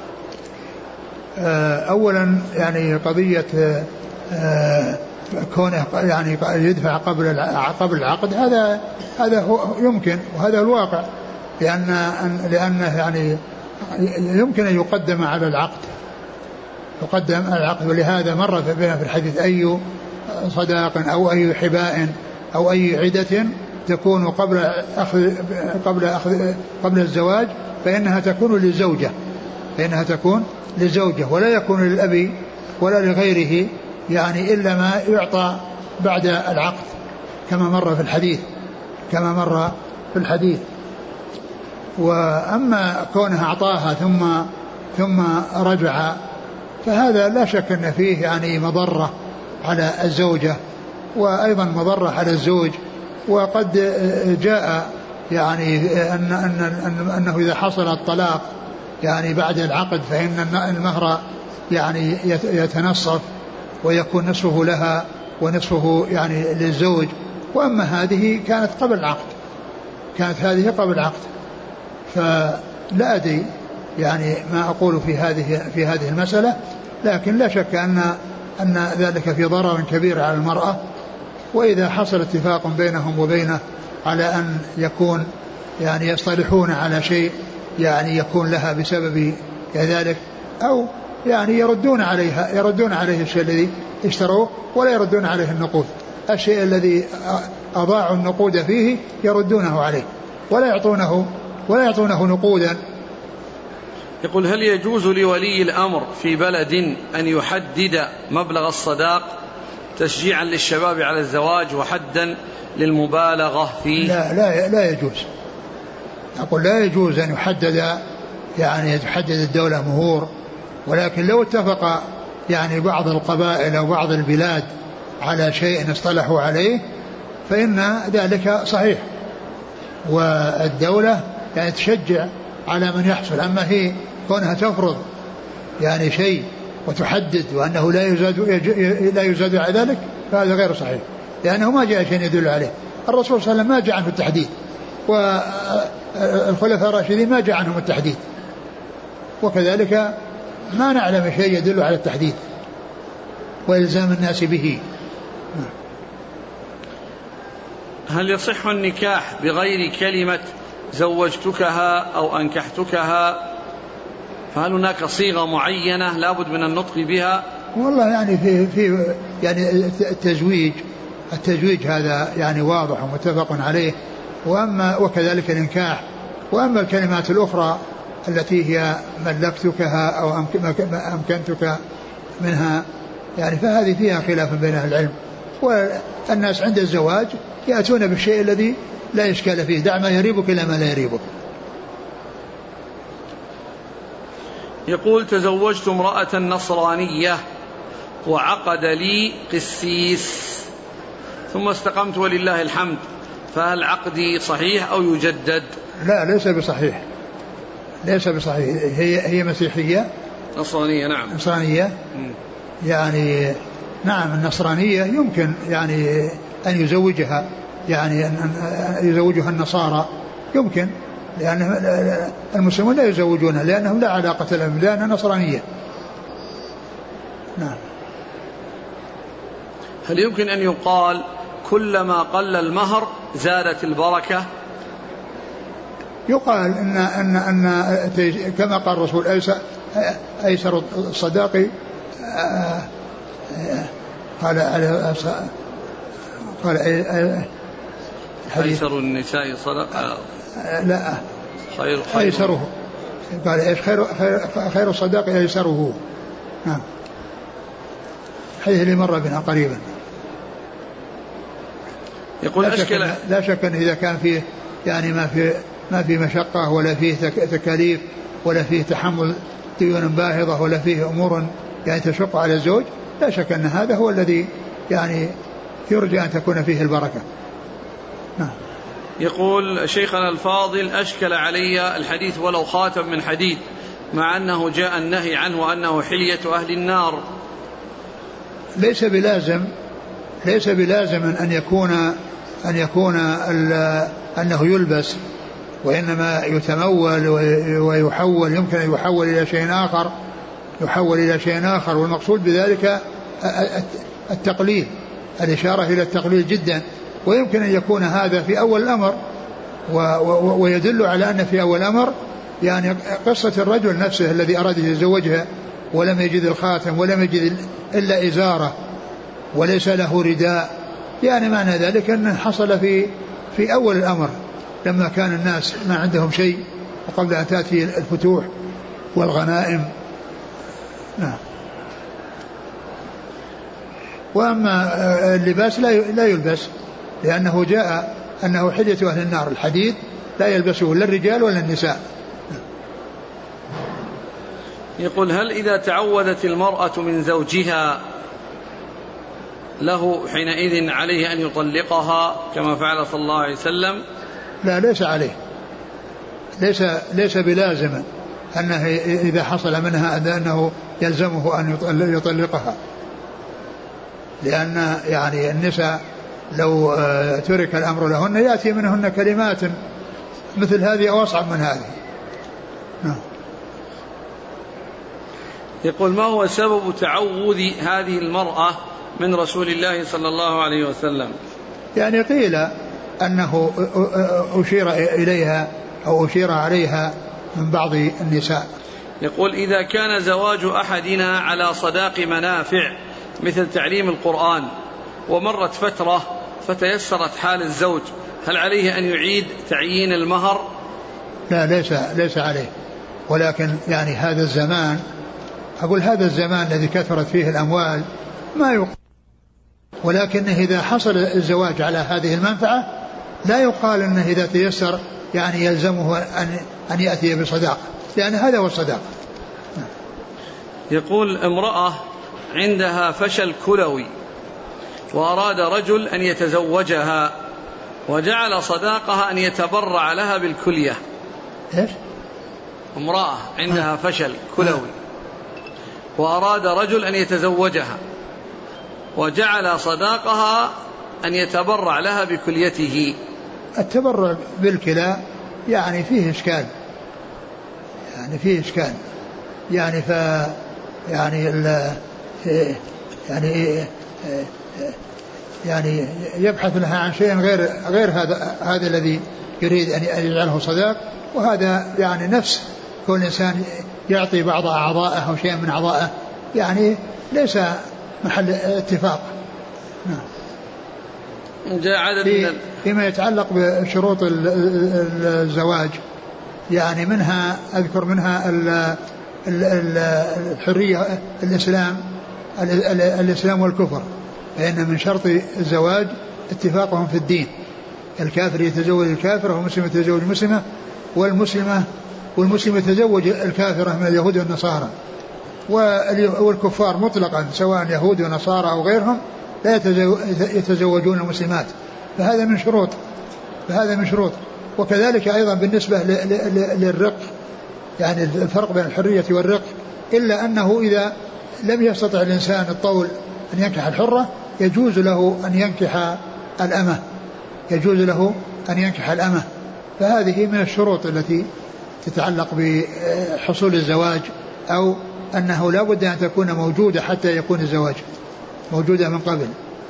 أولا يعني قضية كونه يعني يدفع قبل العقد، هذا هو يمكن، وهذا الواقع، لأنه يعني يمكن أن يقدم على العقد، ولهذا مر بنا في الحديث أي صداق أو أي حباء أو أي عدة تكون قبل الزواج فإنها تكون للزوجة، ولا يكون للأب ولا لغيره يعني إلا ما يعطى بعد العقد كما مر في الحديث. وأما كونها أعطاها ثم رجع، فهذا لا شك أن فيه يعني مضرة على الزوجة وأيضا مضرة على الزوج. وقد جاء يعني أنه إذا حصل الطلاق يعني بعد العقد فإن المهر يعني يتنصف ويكون نصفه لها ونصفه يعني للزوج. وأما هذه كانت قبل العقد، فلا أدري يعني ما أقول في هذه المسألة، لكن لا شك أن ذلك في ضرر كبير على المرأة. وإذا حصل اتفاق بينهم وبينه على أن يكون يعني يصطلحون على شيء يعني يكون لها بسبب ذلك، أو يعني يردون عليه الشيء الذي اشتروه ولا يردون عليه النقود، الشيء الذي أضاعوا النقود فيه يردونه عليه ولا يعطونه نقودا. يقول هل يجوز لولي الأمر في بلد أن يحدد مبلغ الصداق تشجيعا للشباب على الزواج وحدا للمبالغة فيه؟ لا يجوز. أقول لا يجوز أن تحدد الدولة مهور، ولكن لو اتفق يعني بعض القبائل أو بعض البلاد على شيء اصطلحوا عليه فإن ذلك صحيح، والدولة يعني تشجع على من يحصل. أما هي كونها تفرض يعني شيء وتحدد وأنه لا يزاد على ذلك فهذا غير صحيح، لأنه ما جاء شيء يدل عليه. الرسول صلى الله عليه وسلم ما جاء عنه التحديد، والخلفاء الراشدين ما جاء عنهم التحديد، وكذلك ما نعلم شيء يدل على التحديد وإلزام الناس به. هل يصح النكاح بغير كلمة زوجتكها أو أنكحتكها؟ فهل هناك صيغة معينة لابد من النطق بها؟ والله يعني في يعني التزويج هذا يعني واضح ومتفق عليه، وكذلك الإنكاح. وأما الكلمات الأخرى التي هي ملكتكها أو أمكنتك منها يعني فهذه فيها خلاف بين أهل العلم. والناس عند الزواج يأتون بالشيء الذي لا إشكال فيه، دع ما يريبك إلى ما لا يريبك. يقول تزوجت امرأة نصرانية وعقد لي قسيس ثم استقمت ولله الحمد، فهل عقدي صحيح أو يجدد؟ لا ليس بصحيح، ليس بصحيح. هي مسيحية نصرانية. نعم نصرانية. يعني نعم النصرانية يمكن يعني أن يزوجها، يعني أن يزوجها النصارى يمكن، لأن المسلمون لا يزوجونها لأنهم لا علاقة لهم لأنها نصرانية. نعم. هل يمكن أن يقال كلما قل المهر زادت البركة؟ يقال أن كما قال الرسول أيسر الصداق قال أيسر النساء صدقة لا خير أيسره، قال إيش خير الصداق أيسره. نعم حيث اللي مر بنا قريبا. يقول لا شك أن إذا كان فيه يعني ما في مشقة ولا فيه تكاليف ولا فيه تحمل ديون باهظة ولا فيه أمور يعني تشق على الزوج، لا شك أن هذا هو الذي يعني يرجى أن تكون فيه البركة. نعم. يقول شيخنا الفاضل أشكل علي الحديث ولو خاتم من حديد، مع أنه جاء النهي عنه وأنه حلية أهل النار. ليس بلازم أن يكون أنه يلبس، وإنما يتمول ويحول، يمكن أن يحول إلى شيء آخر، والمقصود بذلك التقليل، الإشارة إلى التقليل جدا. ويمكن أن يكون هذا في أول الأمر، ويدل على أن في أول الأمر يعني قصة الرجل نفسه الذي أراد يتزوجها ولم يجد الخاتم ولم يجد إلا إزارة وليس له رداء، يعني معنى ذلك أنه حصل في أول الأمر لما كان الناس ما عندهم شيء وقبل أن تأتي الفتوح والغنائم. نعم. وأما اللباس لا يلبس، لأنه جاء أنه حلية أهل النار، الحديد لا يلبسه لا الرجال ولا النساء. يقول هل إذا تعوذت المرأة من زوجها له حينئذ عليه أن يطلقها كما فعل صلى الله عليه وسلم؟ لا ليس عليه، ليس بلازم أنه إذا حصل منها أنه يلزمه أن يطلقها، لأن يعني النساء لو ترك الأمر لهن يأتي منهن كلمات مثل هذه أو أصعب من هذه. يقول ما هو سبب تعوذ هذه المرأة من رسول الله صلى الله عليه وسلم؟ يعني قيل أنه أشير إليها أو أشير عليها من بعض النساء. يقول إذا كان زواج أحدنا على صداق منافع مثل تعليم القرآن ومرت فترة فتيسرت حال الزوج، هل عليه أن يعيد تعيين المهر؟ لا ليس عليه، ولكن يعني هذا الزمان، أقول هذا الزمان الذي كثرت فيه الأموال ما يقال، ولكن إذا حصل الزواج على هذه المنفعة لا يقال أنه إذا تيسر يعني يلزمه أن يأتي بصداق، لأن هذا هو الصداق. يقول امرأة عندها فشل كلوي وأراد رجل أن يتزوجها وجعل صداقها أن يتبرع لها بالكلية. إيش؟ امرأة عندها فشل كلوي وأراد رجل أن يتزوجها وجعل صداقها أن يتبرع لها بكليته. التبرع بالكلى يعني فيه إشكال، يعني يعني يعني يعني يبحث لها عن شيء غير هذا الذي يريد أن يجعله صداق. وهذا يعني نفس كل إنسان يعطي بعض أعضائه أو شيء من أعضائه يعني ليس محل اتفاق. فيما يتعلق بشروط الزواج يعني منها أذكر منها الحرية الإسلام والكفر، فإن من شرط الزواج اتفاقهم في الدين. الكافر يتزوج الكافرة والمسلم يتزوج المسلمة والمسلم يتزوج الكافرة من اليهود والنصارى. والكفار مطلقا سواء يهود ونصارى أو غيرهم لا يتزوجون المسلمات. فهذا من شروط. وكذلك أيضا بالنسبة للرق، يعني الفرق بين الحرية والرق، إلا أنه إذا لم يستطع الإنسان الطول أن ينكح الحرة يجوز له أن ينكح الأمة. فهذه من الشروط التي تتعلق بحصول الزواج، أو أنه لا بد أن تكون موجودة حتى يكون الزواج موجودة من قبل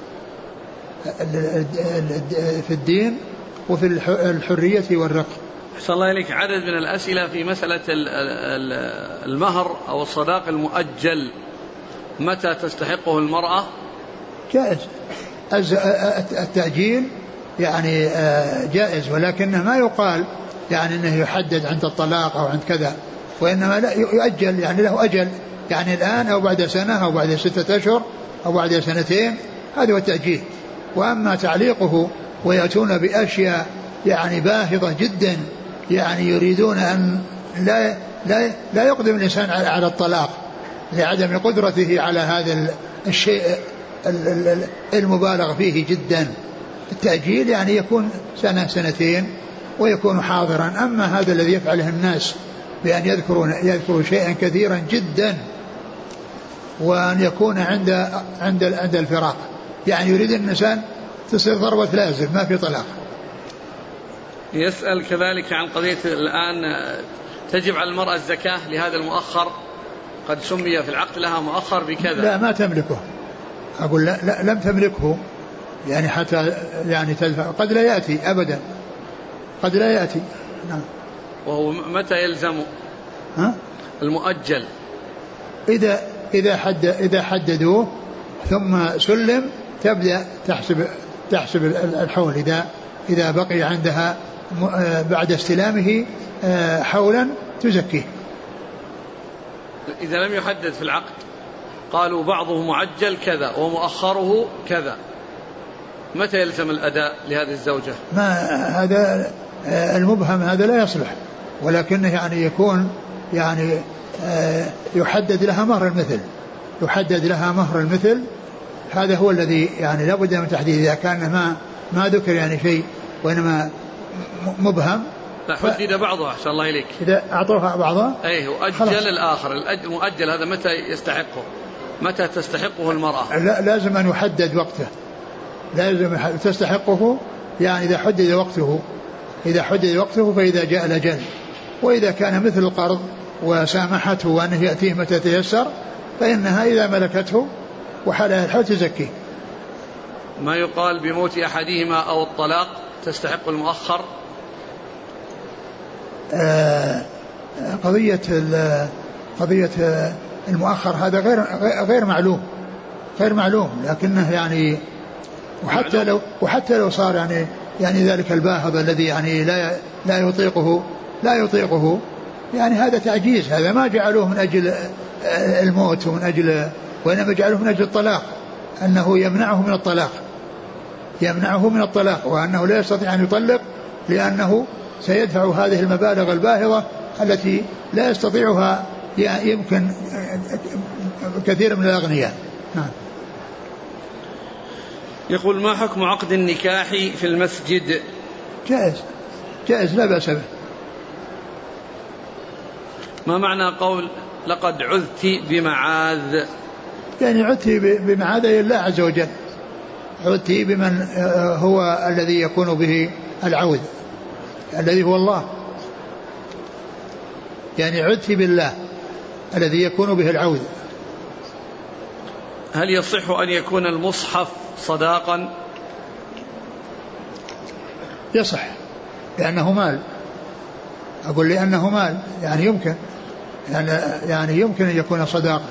في الدين وفي الحرية والرق. أحسن الله إليك. عدد من الأسئلة في مسألة المهر أو الصداق المؤجل، متى تستحقه المرأة؟ جائز التأجيل يعني جائز، ولكنه ما يقال يعني أنه يحدد عند الطلاق أو عند كذا، وإنما لا يؤجل يعني له أجل، يعني الآن أو بعد سنة أو بعد 6 أشهر أو بعد 2 سنين، هذا هو التأجيل. وأما تعليقه ويأتون بأشياء يعني باهظة جدا، يعني يريدون أن لا يقدم الإنسان على الطلاق لعدم قدرته على هذا الشيء المبالغ فيه جدا. التأجيل يعني يكون 1 2 ويكون حاضرا. أما هذا الذي يفعله الناس بأن يذكروا شيئا كثيرا جدا وأن يكون عند الفراق، يعني يريد الإنسان تصير ضربة لازم ما في طلاق. يسأل كذلك عن قضية الآن تجب على المرأة الزكاة لهذا المؤخر، قد سمي في العقد لها مؤخر بكذا. لا ما تملكه، أقول لا لم تملكه يعني حتى يعني تدفع، قد لا يأتي أبدا، قد لا يأتي. نعم. وهو متى يلزم المؤجل؟ إذا حددوه ثم سلم تبدأ تحسب الحول. إذا بقي عندها بعد استلامه حولا تزكيه. إذا لم يحدد في العقد قالوا بعضه معجل كذا ومؤخره كذا، متى يلزم الأداء لهذه الزوجة؟ ما هذا المبهم هذا لا يصلح، ولكنه يعني يكون يعني يحدد لها مهر المثل. هذا هو الذي يعني لا بد من تحديد. إذا كان ما ذكر يعني شيء وإنما مبهم، لا حدد بعضها. أحسن الله إليك. إذا أعطوها بعضها أيه وأجل الآخر. المؤجل هذا متى يستحقه؟ متى تستحقه المرأة؟ لازم أن يحدد وقته، لازم تستحقه يعني إذا حدد وقته فإذا جاء الأجل. وإذا كان مثل القرض وسامحته وأنه يأتيه متى تيسر فإنها إذا ملكته وحالها الحال تزكيه. ما يقال بموت أحدهما أو الطلاق تستحق المؤخر؟ قضية المؤخر هذا غير معلوم، لكنه يعني وحتى لو صار يعني ذلك الباهظ الذي يعني لا يطيقه يعني هذا تعجيز. هذا ما جعلوه من أجل الموت وإنما جعلوه من أجل الطلاق، أنه يمنعه من الطلاق وأنه لا يستطيع أن يطلق لأنه سيدفع هذه المبالغ الباهظة التي لا يستطيعها يمكن كثير من الأغنياء. يقول ما حكم عقد النكاح في المسجد؟ جائز لا بأس به. ما معنى قول لقد عذت بمعاذ؟ يعني عذت بمعاذ الله عز وجل، عذت بمن هو الذي يكون به العوذ الذي هو الله، يعني عذت بالله الذي يكون به العود. هل يصح أن يكون المصحف صداقا؟ يصح لأنه مال. أقول لأنه مال يعني يمكن، يعني يمكن أن يكون صداقا.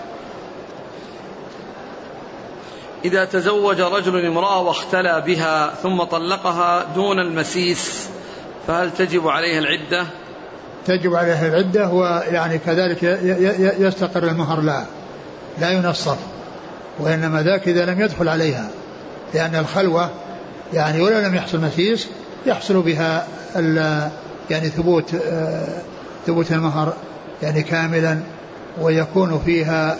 إذا تزوج رجل امرأة واختلى بها ثم طلقها دون المسيس فهل تجب عليها العدة؟ تجب عليها العدة، ويعني كذلك يستقر المهر لها لا ينصف، وإنما ذاك إذا لم يدخل عليها، لأن الخلوة يعني ولو لم يحصل مسيس يحصل بها يعني ثبوت المهر يعني كاملا، ويكون فيها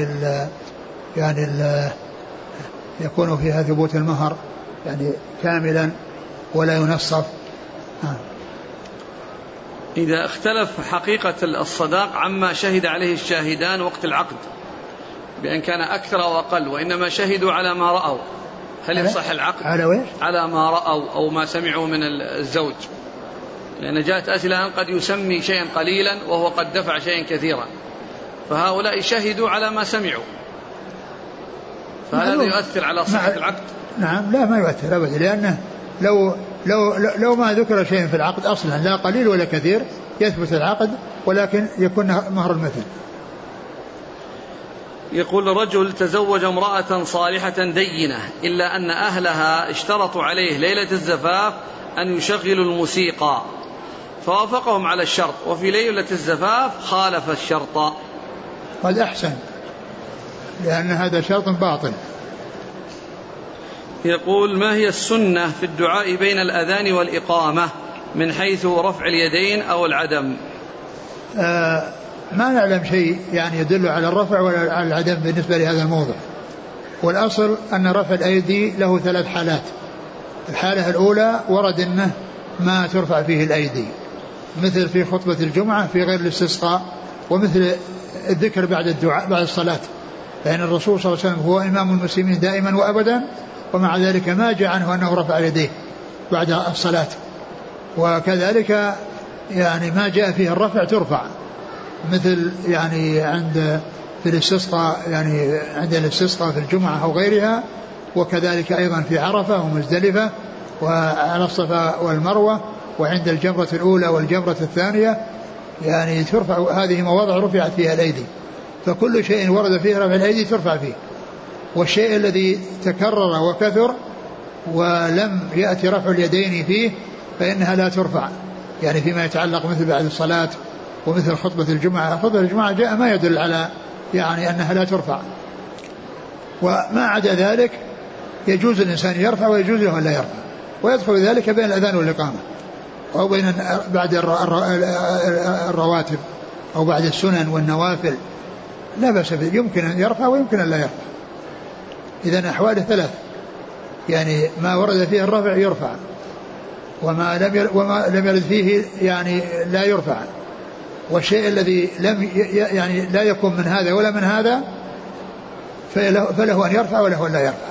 يكون فيها ثبوت المهر يعني كاملا ولا ينصف. إذا اختلف حقيقة الصداق عما شهد عليه الشاهدان وقت العقد بأن كان أكثر أو أقل، وإنما شهدوا على ما رأوا، هل يصح العقد على ما رأوا أو ما سمعوا من الزوج؟ لأن جاءت أسئلة قد يسمي شيئا قليلا وهو قد دفع شيئا كثيرا، فهؤلاء شهدوا على ما سمعوا، فهل هذا يؤثر على صحة العقد؟ نعم لا ما يؤثر أبدا، لأنه لو ما ذكر شيء في العقد أصلا لا قليل ولا كثير يثبت العقد، ولكن يكون مهر المثل. يقول رجل تزوج امرأة صالحة دينة إلا أن أهلها اشترطوا عليه ليلة الزفاف أن يشغلوا الموسيقى فوافقهم على الشرط، وفي ليلة الزفاف خالف الشرط. قد أحسن، لأن هذا شرط باطل. يقول ما هي السنة في الدعاء بين الأذان والإقامة من حيث رفع اليدين أو العدم؟ ما نعلم شيء يعني يدل على الرفع ولا على العدم بالنسبة لهذا الموضع، والأصل أن رفع الأيدي له 3 حالات. الحالة الأولى ورد أنه ما ترفع فيه الأيدي، مثل في خطبة الجمعة في غير الاستسقاء، ومثل الذكر بعد الدعاء بعد الصلاة، لأن الرسول صلى الله عليه وسلم هو إمام المسلمين دائما وأبدا، ومع ذلك ما جاء عنه أنه رفع يديه بعد الصلاة. وكذلك يعني ما جاء فيه الرفع ترفع، مثل يعني في الاستسقاء، يعني عند الاستسقاء في الجمعة أو غيرها، وكذلك أيضا في عرفة ومزدلفة وعلى الصفا والمروة، وعند الجمرة الأولى والجمرة الثانية، يعني ترفع. هذه مواضع رفعت فيها الأيدي، فكل شيء ورد فيه رفع الأيدي ترفع فيه. والشيء الذي تكرر وكثر ولم يأتي رفع اليدين فيه فإنها لا ترفع، يعني فيما يتعلق مثل بعد الصلاة ومثل خطبة الجمعة. خطبة الجمعة جاء ما يدل على يعني أنها لا ترفع، وما عدا ذلك يجوز الإنسان يرفع ويجوز له أن لا يرفع، ويدخل ذلك بين الأذان والإقامة أو بين بعد الرواتب أو بعد السنن والنوافل، لا بأس به، يمكن أن يرفع ويمكن أن لا يرفع. إذن أحواله 3، يعني ما ورد فيه الرفع يرفع، وما لم يرد فيه يعني لا يرفع، والشيء الذي لم يعني لا يكون من هذا ولا من هذا فله أن يرفع وله أن لا يرفع.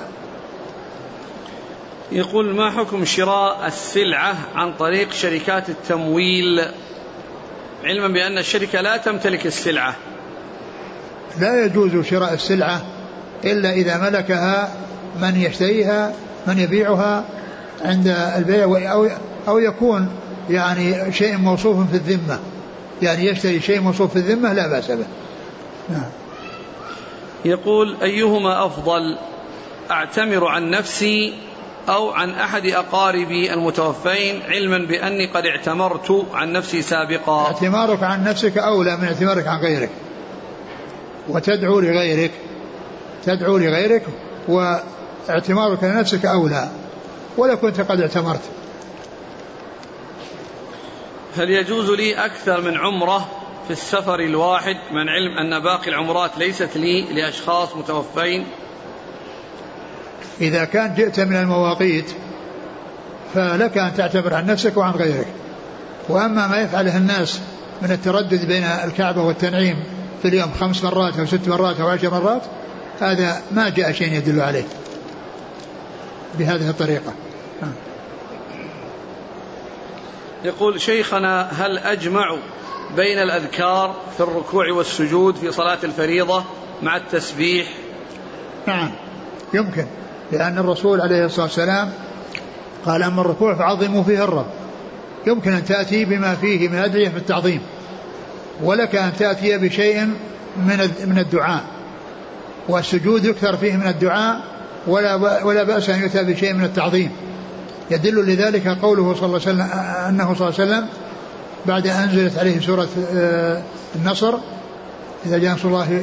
يقول ما حكم شراء السلعة عن طريق شركات التمويل علما بأن الشركة لا تمتلك السلعة؟ لا يجوز شراء السلعة إلا إذا ملكها من يشتريها من يبيعها عند البيع، أو يكون يعني شيء موصوف في الذمة، يعني يشتري شيء موصوف في الذمة لا بأس به. نعم. يقول أيهما أفضل، أعتمر عن نفسي أو عن أحد أقاربي المتوفين علما بأني قد اعتمرت عن نفسي سابقا؟ اعتمارك عن نفسك أولى من اعتمارك عن غيرك، وتدعو لغيرك واعتمارك لنفسك أولى ولو كنت قد اعتمرت. هل يجوز لي أكثر من عمرة في السفر الواحد من علم أن باقي العمرات ليست لي لأشخاص متوفين؟ إذا كان جئت من المواقيت فلك أن تعتبر عن نفسك وعن غيرك. وأما ما يفعله الناس من التردد بين الكعبة والتنعيم في اليوم 5 مرات أو 6 مرات أو 10 مرات، هذا ما جاء شيء يدل عليه بهذه الطريقة. يقول شيخنا هل أجمع بين الأذكار في الركوع والسجود في صلاة الفريضة مع التسبيح؟ نعم يمكن، لأن الرسول عليه الصلاة والسلام قال أما الركوع فعظموا فيه الرب. يمكن أن تأتي بما فيه من أدعية في التعظيم، ولك أن تأتي بشيء من الدعاء، والسجود يكثر فيه من الدعاء ولا بأس أن يؤتى بشيء من التعظيم. يدل لذلك قوله صلى الله عليه وسلم أنه صلى الله عليه وسلم بعد أن أنزلت عليه سورة النصر إذا جاء نصر الله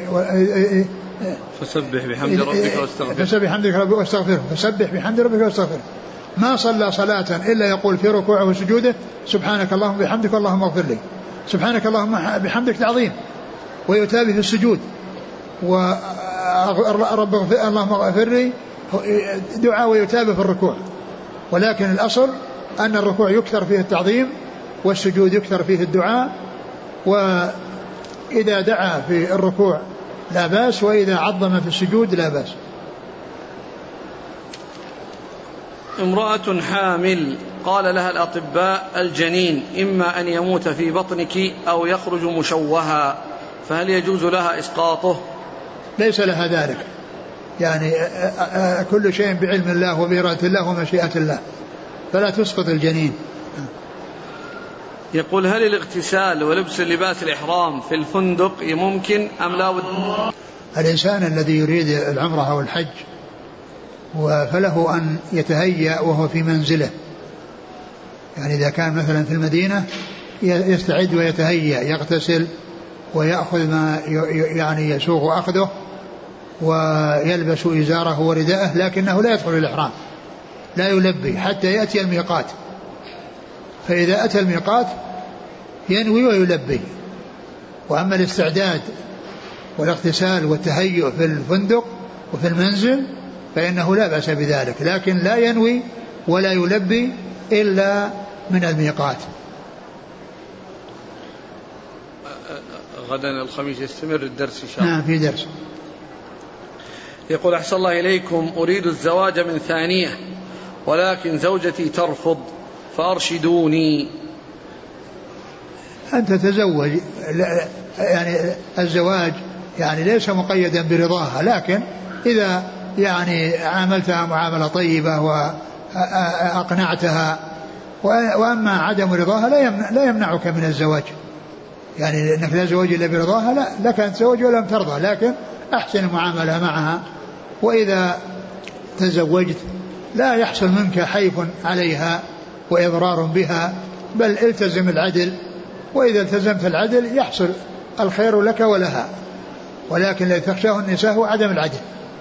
فسبح بحمد ربك واستغفره فسبح بحمد ربك واستغفره. ما صلى صلاة إلا يقول في ركوعه وسجوده سبحانك اللهم بحمدك اللهم اغفر لي، سبحانك اللهم بحمدك تعظيم، ويتابع في السجود ورب اللهم اغفر لي دعاء ويتابع في الركوع. ولكن الأصل أن الركوع يكثر فيه التعظيم والسجود يكثر فيه الدعاء، وإذا دعا في الركوع لا بأس، وإذا عظم في السجود لا بأس. امرأة حامل قال لها الأطباء الجنين إما أن يموت في بطنك أو يخرج مشوها، فهل يجوز لها إسقاطه؟ ليس لها ذلك، يعني كل شيء بعلم الله وبإرادة الله ومشيئة الله، فلا تسقط الجنين. يقول هل الاغتسال ولبس لباس الإحرام في الفندق ممكن أم لا بد؟ الإنسان الذي يريد العمرة أو الحج فله أن يتهيأ وهو في منزله، يعني إذا كان مثلا في المدينة يستعد ويتهيأ، يغتسل ويأخذ ما يعني يسوغ أخذه ويلبس إزاره ورداءه، لكنه لا يدخل الإحرام، لا يلبي حتى يأتي الميقات، فإذا أتى الميقات ينوي ويلبي. وأما الاستعداد والاغتسال والتهيؤ في الفندق وفي المنزل فإنه لا بأس بذلك، لكن لا ينوي ولا يلبي إلا من الميقات. غدا الخميس يستمر الدرس إن شاء الله. نعم في درس. يقول أحسن الله إليكم، أريد الزواج من ثانية ولكن زوجتي ترفض فأرشدوني. أنت تزوج، يعني الزواج يعني ليس مقيدا برضاها، لكن إذا يعني عاملتها معاملة طيبة وأقنعتها، وأما عدم رضاها لا يمنعك من الزواج، يعني أنك لا زواج إلا برضاها، لا لك أن تزوج ولم ترضى، لكن أحسن المعاملة معها. وإذا تزوجت لا يحصل منك حيف عليها وإضرار بها، بل التزم العدل، وإذا التزمت العدل يحصل الخير لك ولها، ولكن الذي تخشاه النساء هو عدم العدل.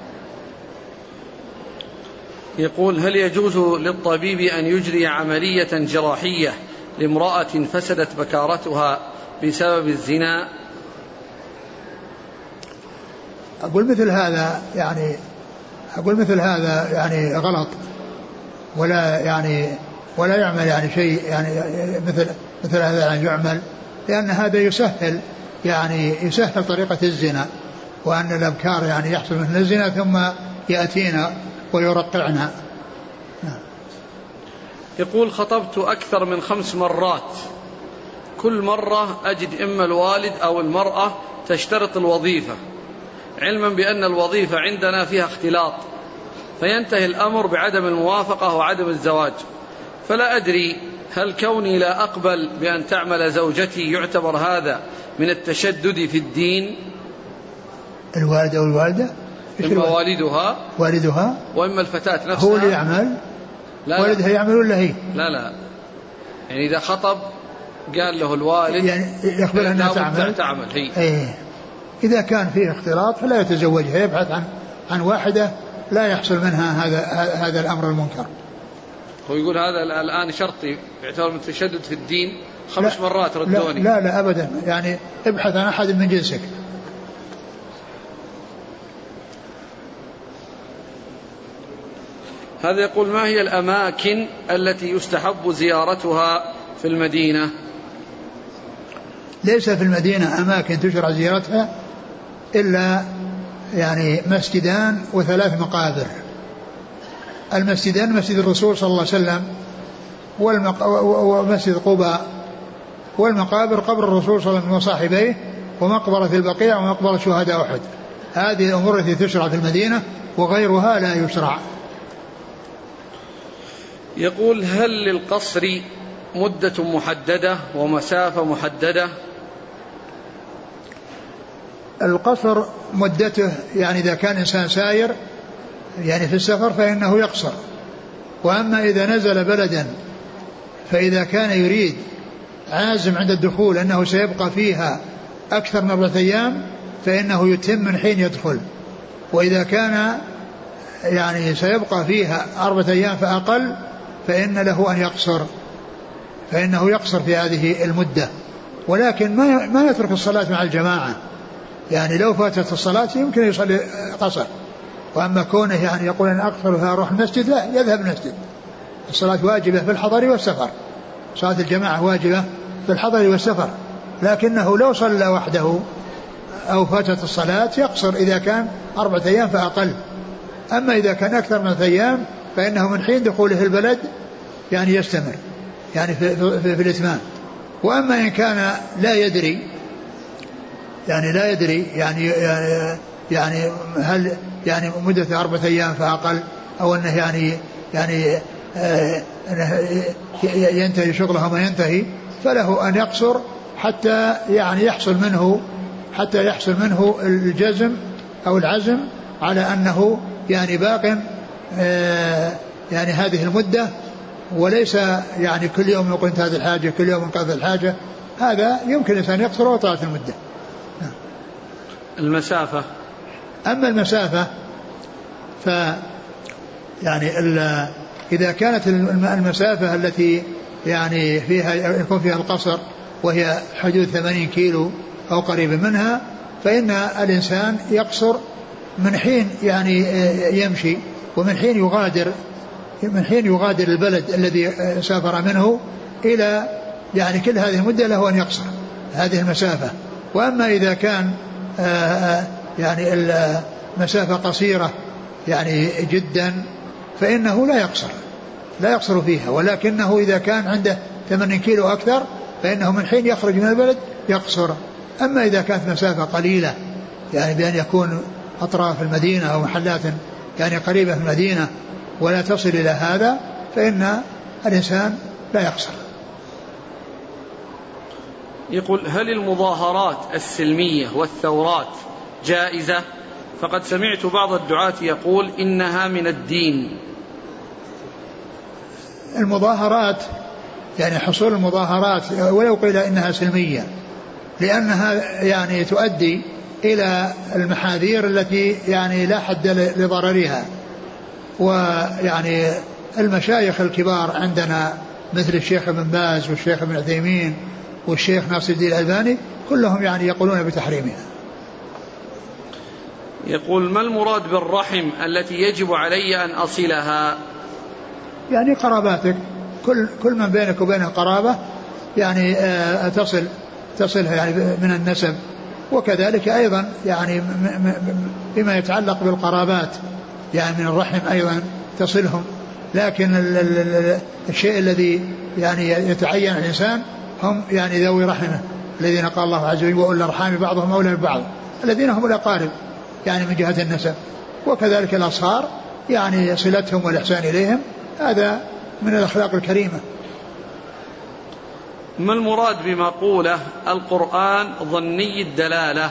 يقول هل يجوز للطبيب أن يجري عملية جراحية لامرأة فسدت بكارتها بسبب الزنا؟ أقول مثل هذا يعني غلط، ولا يعمل يعني شيء يعني مثل هذا يعني يعمل، لأن هذا يسهل طريقة الزنا، وأن الأبكار يعني يحصل من الزنا ثم يأتينا ويرقعنا. يقول خطبت أكثر من 5 مرات، كل مرة أجد إما الوالد أو المرأة تشترط الوظيفة، علما بأن الوظيفة عندنا فيها اختلاط، فينتهي الأمر بعدم الموافقة وعدم الزواج، فلا أدري هل كوني لا أقبل بأن تعمل زوجتي يعتبر هذا من التشدد في الدين؟ الوالد أو الوالدة؟ إما والدها وإما الفتاة نفسها. هو اللي يعمل؟ والدها يعمل ولا هي؟ لا يعني إذا خطب قال له الوالد يعني يقبل أنها تعمل هي. إيه. إذا كان فيه اختلاط فلا يتزوجها، يبحث عن واحدة لا يحصل منها هذا الأمر المنكر. هو يقول هذا الآن شرطي يعتبر من التشدد في الدين، 5 مرات ردوني. لا أبدا، يعني ابحث عن أحد من جنسك. هذا يقول ما هي الأماكن التي يستحب زيارتها في المدينة؟ ليس في المدينة أماكن تشرع زيارتها إلا يعني مسجدان و3 مقابر. المسجدان مسجد الرسول صلى الله عليه وسلم ومسجد قباء والمقابر قبر الرسول صلى الله عليه وسلم وصاحبيه، ومقبرة البقيع، ومقبرة شهداء أحد. هذه الأمور التي تشرع في المدينة، وغيرها لا يشرع. يقول: هل للقصر مدة محددة ومسافة محددة؟ القصر مدته يعني إذا كان إنسان ساير يعني في السفر فإنه يقصر. وأما إذا نزل بلدا فإذا كان يريد عازم عند الدخول أنه سيبقى فيها أكثر من 4 أيام فإنه يتم من حين يدخل. وإذا كان يعني سيبقى فيها 4 أيام فأقل فإن له أن يقصر، فإنه يقصر في هذه المدة، ولكن ما يترك الصلاة مع الجماعة. يعني لو فاتت الصلاة يمكن يصلي قصر. وأما كونه يعني يقول أن أقصرها أروح المسجد، لا، يذهب المسجد. الصلاة واجبة في الحضر والسفر، صلاة الجماعة واجبة في الحضر والسفر، لكنه لو صلى وحده أو فاتت الصلاة يقصر إذا كان 4 أيام فأقل. أما إذا كان أكثر من 3 أيام فإنه من حين دخوله البلد يعني يستمر يعني في الإتمام. وأما إن كان لا يدري يعني هل يعني مدة 4 أيام فأقل أو أنه يعني ينتهي شغله ما ينتهي، فله أن يقصر حتى يعني يحصل منه الجزم أو العزم على أنه يعني باق يعني هذه المدة، وليس يعني كل يوم يقول انتهت الحاجة، كل يوم انقضت الحاجة. هذا يمكن الإنسان يقصر وطالت المدة. المسافة، أما المسافة يعني إذا كانت المسافة التي يعني يكون فيها القصر وهي حدود 80 كيلو أو قريب منها، فإن الإنسان يقصر من حين يعني يمشي، ومن حين يغادر البلد الذي سافر منه إلى يعني كل هذه المدة له أن يقصر هذه المسافة. وأما إذا كان يعني المسافة قصيرة يعني جدا فإنه لا يقصر فيها، ولكنه إذا كان عنده 80 كيلو أكثر فإنه من حين يخرج من البلد يقصر. أما إذا كانت مسافة قليلة يعني بأن يكون أطراف المدينة أو محلات يعني قريبة من المدينة ولا تصل إلى هذا فإن الإنسان لا يقصر. يقول: هل المظاهرات السلمية والثورات جائزة؟ فقد سمعت بعض الدعاة يقول إنها من الدين. المظاهرات يعني حصول المظاهرات ولو قيل إنها سلمية، لأنها يعني تؤدي إلى المحاذير التي يعني لا حد لضررها. ويعني المشايخ الكبار عندنا مثل الشيخ ابن باز والشيخ ابن عثيمين والشيخ ناصر الدين الألباني كلهم يعني يقولون بتحريمها. يقول: ما المراد بالرحم التي يجب علي أن أصلها؟ يعني قراباتك، كل من بينك وبينه قرابة يعني تصلها يعني من النسب، وكذلك أيضا يعني بما يتعلق بالقرابات يعني من الرحم أيضا تصلهم. لكن الشيء الذي يعني يتعين الإنسان هم يعني ذوي رحمه الذين قال الله عز وجل: وأولي الأرحام بعضهم أولى ببعض، الذين هم الأقارب يعني من جهة النسب. وكذلك الأصهار يعني صلتهم والإحسان إليهم، هذا من الأخلاق الكريمة. ما المراد بمقولة القرآن ظني الدلالة؟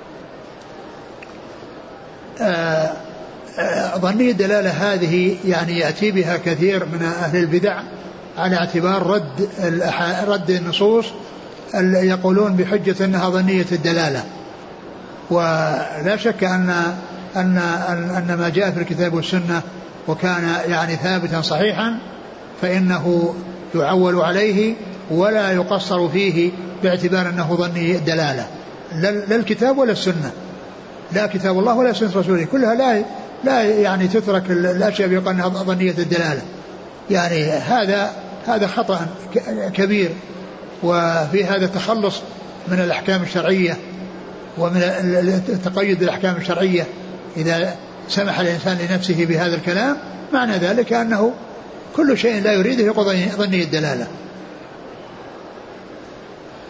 ظني الدلالة هذه يعني يأتي بها كثير من أهل البدع على اعتبار رد النصوص يقولون بحجة أنها ظنية الدلالة. ولا شك أن ما جاء في الكتاب والسنة وكان يعني ثابتا صحيحا فإنه يعول عليه ولا يقصر فيه باعتبار أنه ظني الدلالة، لا الكتاب ولا السنة، لا كتاب الله ولا سنة رسوله، كلها لا يعني تترك الأشياء بأنها ظنية الدلالة. يعني هذا خطأ كبير، وفي هذا تخلص من الأحكام الشرعية ومن التقيد بالأحكام الشرعية. إذا سمح الإنسان لنفسه بهذا الكلام معنى ذلك أنه كل شيء لا يريده يقول ظني الدلالة.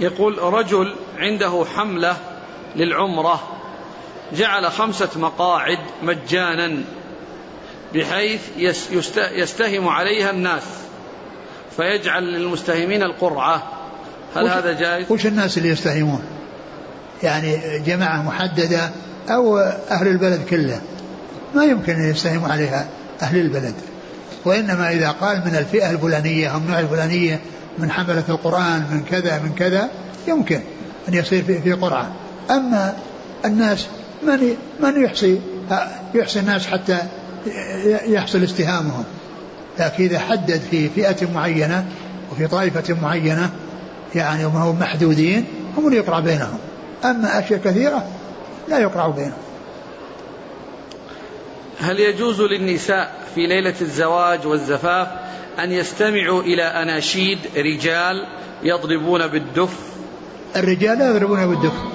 يقول رجل عنده حملة للعمرة جعل 5 مقاعد مجانا بحيث يستهم عليها الناس فيجعل للمستهمين القرعة، هل هذا جائز؟ وش الناس اللي يستهمون؟ يعني جماعة محددة أو أهل البلد كله؟ ما يمكن أن يستهموا عليها أهل البلد، وإنما إذا قال من الفئة الفلانية أو النوع الفلانية من حملة القرآن من كذا من كذا يمكن أن يصير في قرعة. أما الناس من يحصي الناس حتى يحصل استهامهم، لكن إذا حدد في فئة معينة وفي طائفة معينة يعني وما هم محدودين هم اللي يقرع بينهم، أما أشياء كثيرة لا يقرع بينهم. هل يجوز للنساء في ليلة الزواج والزفاف أن يستمعوا إلى أناشيد رجال يضربون بالدف؟ الرجال لا يضربون بالدف،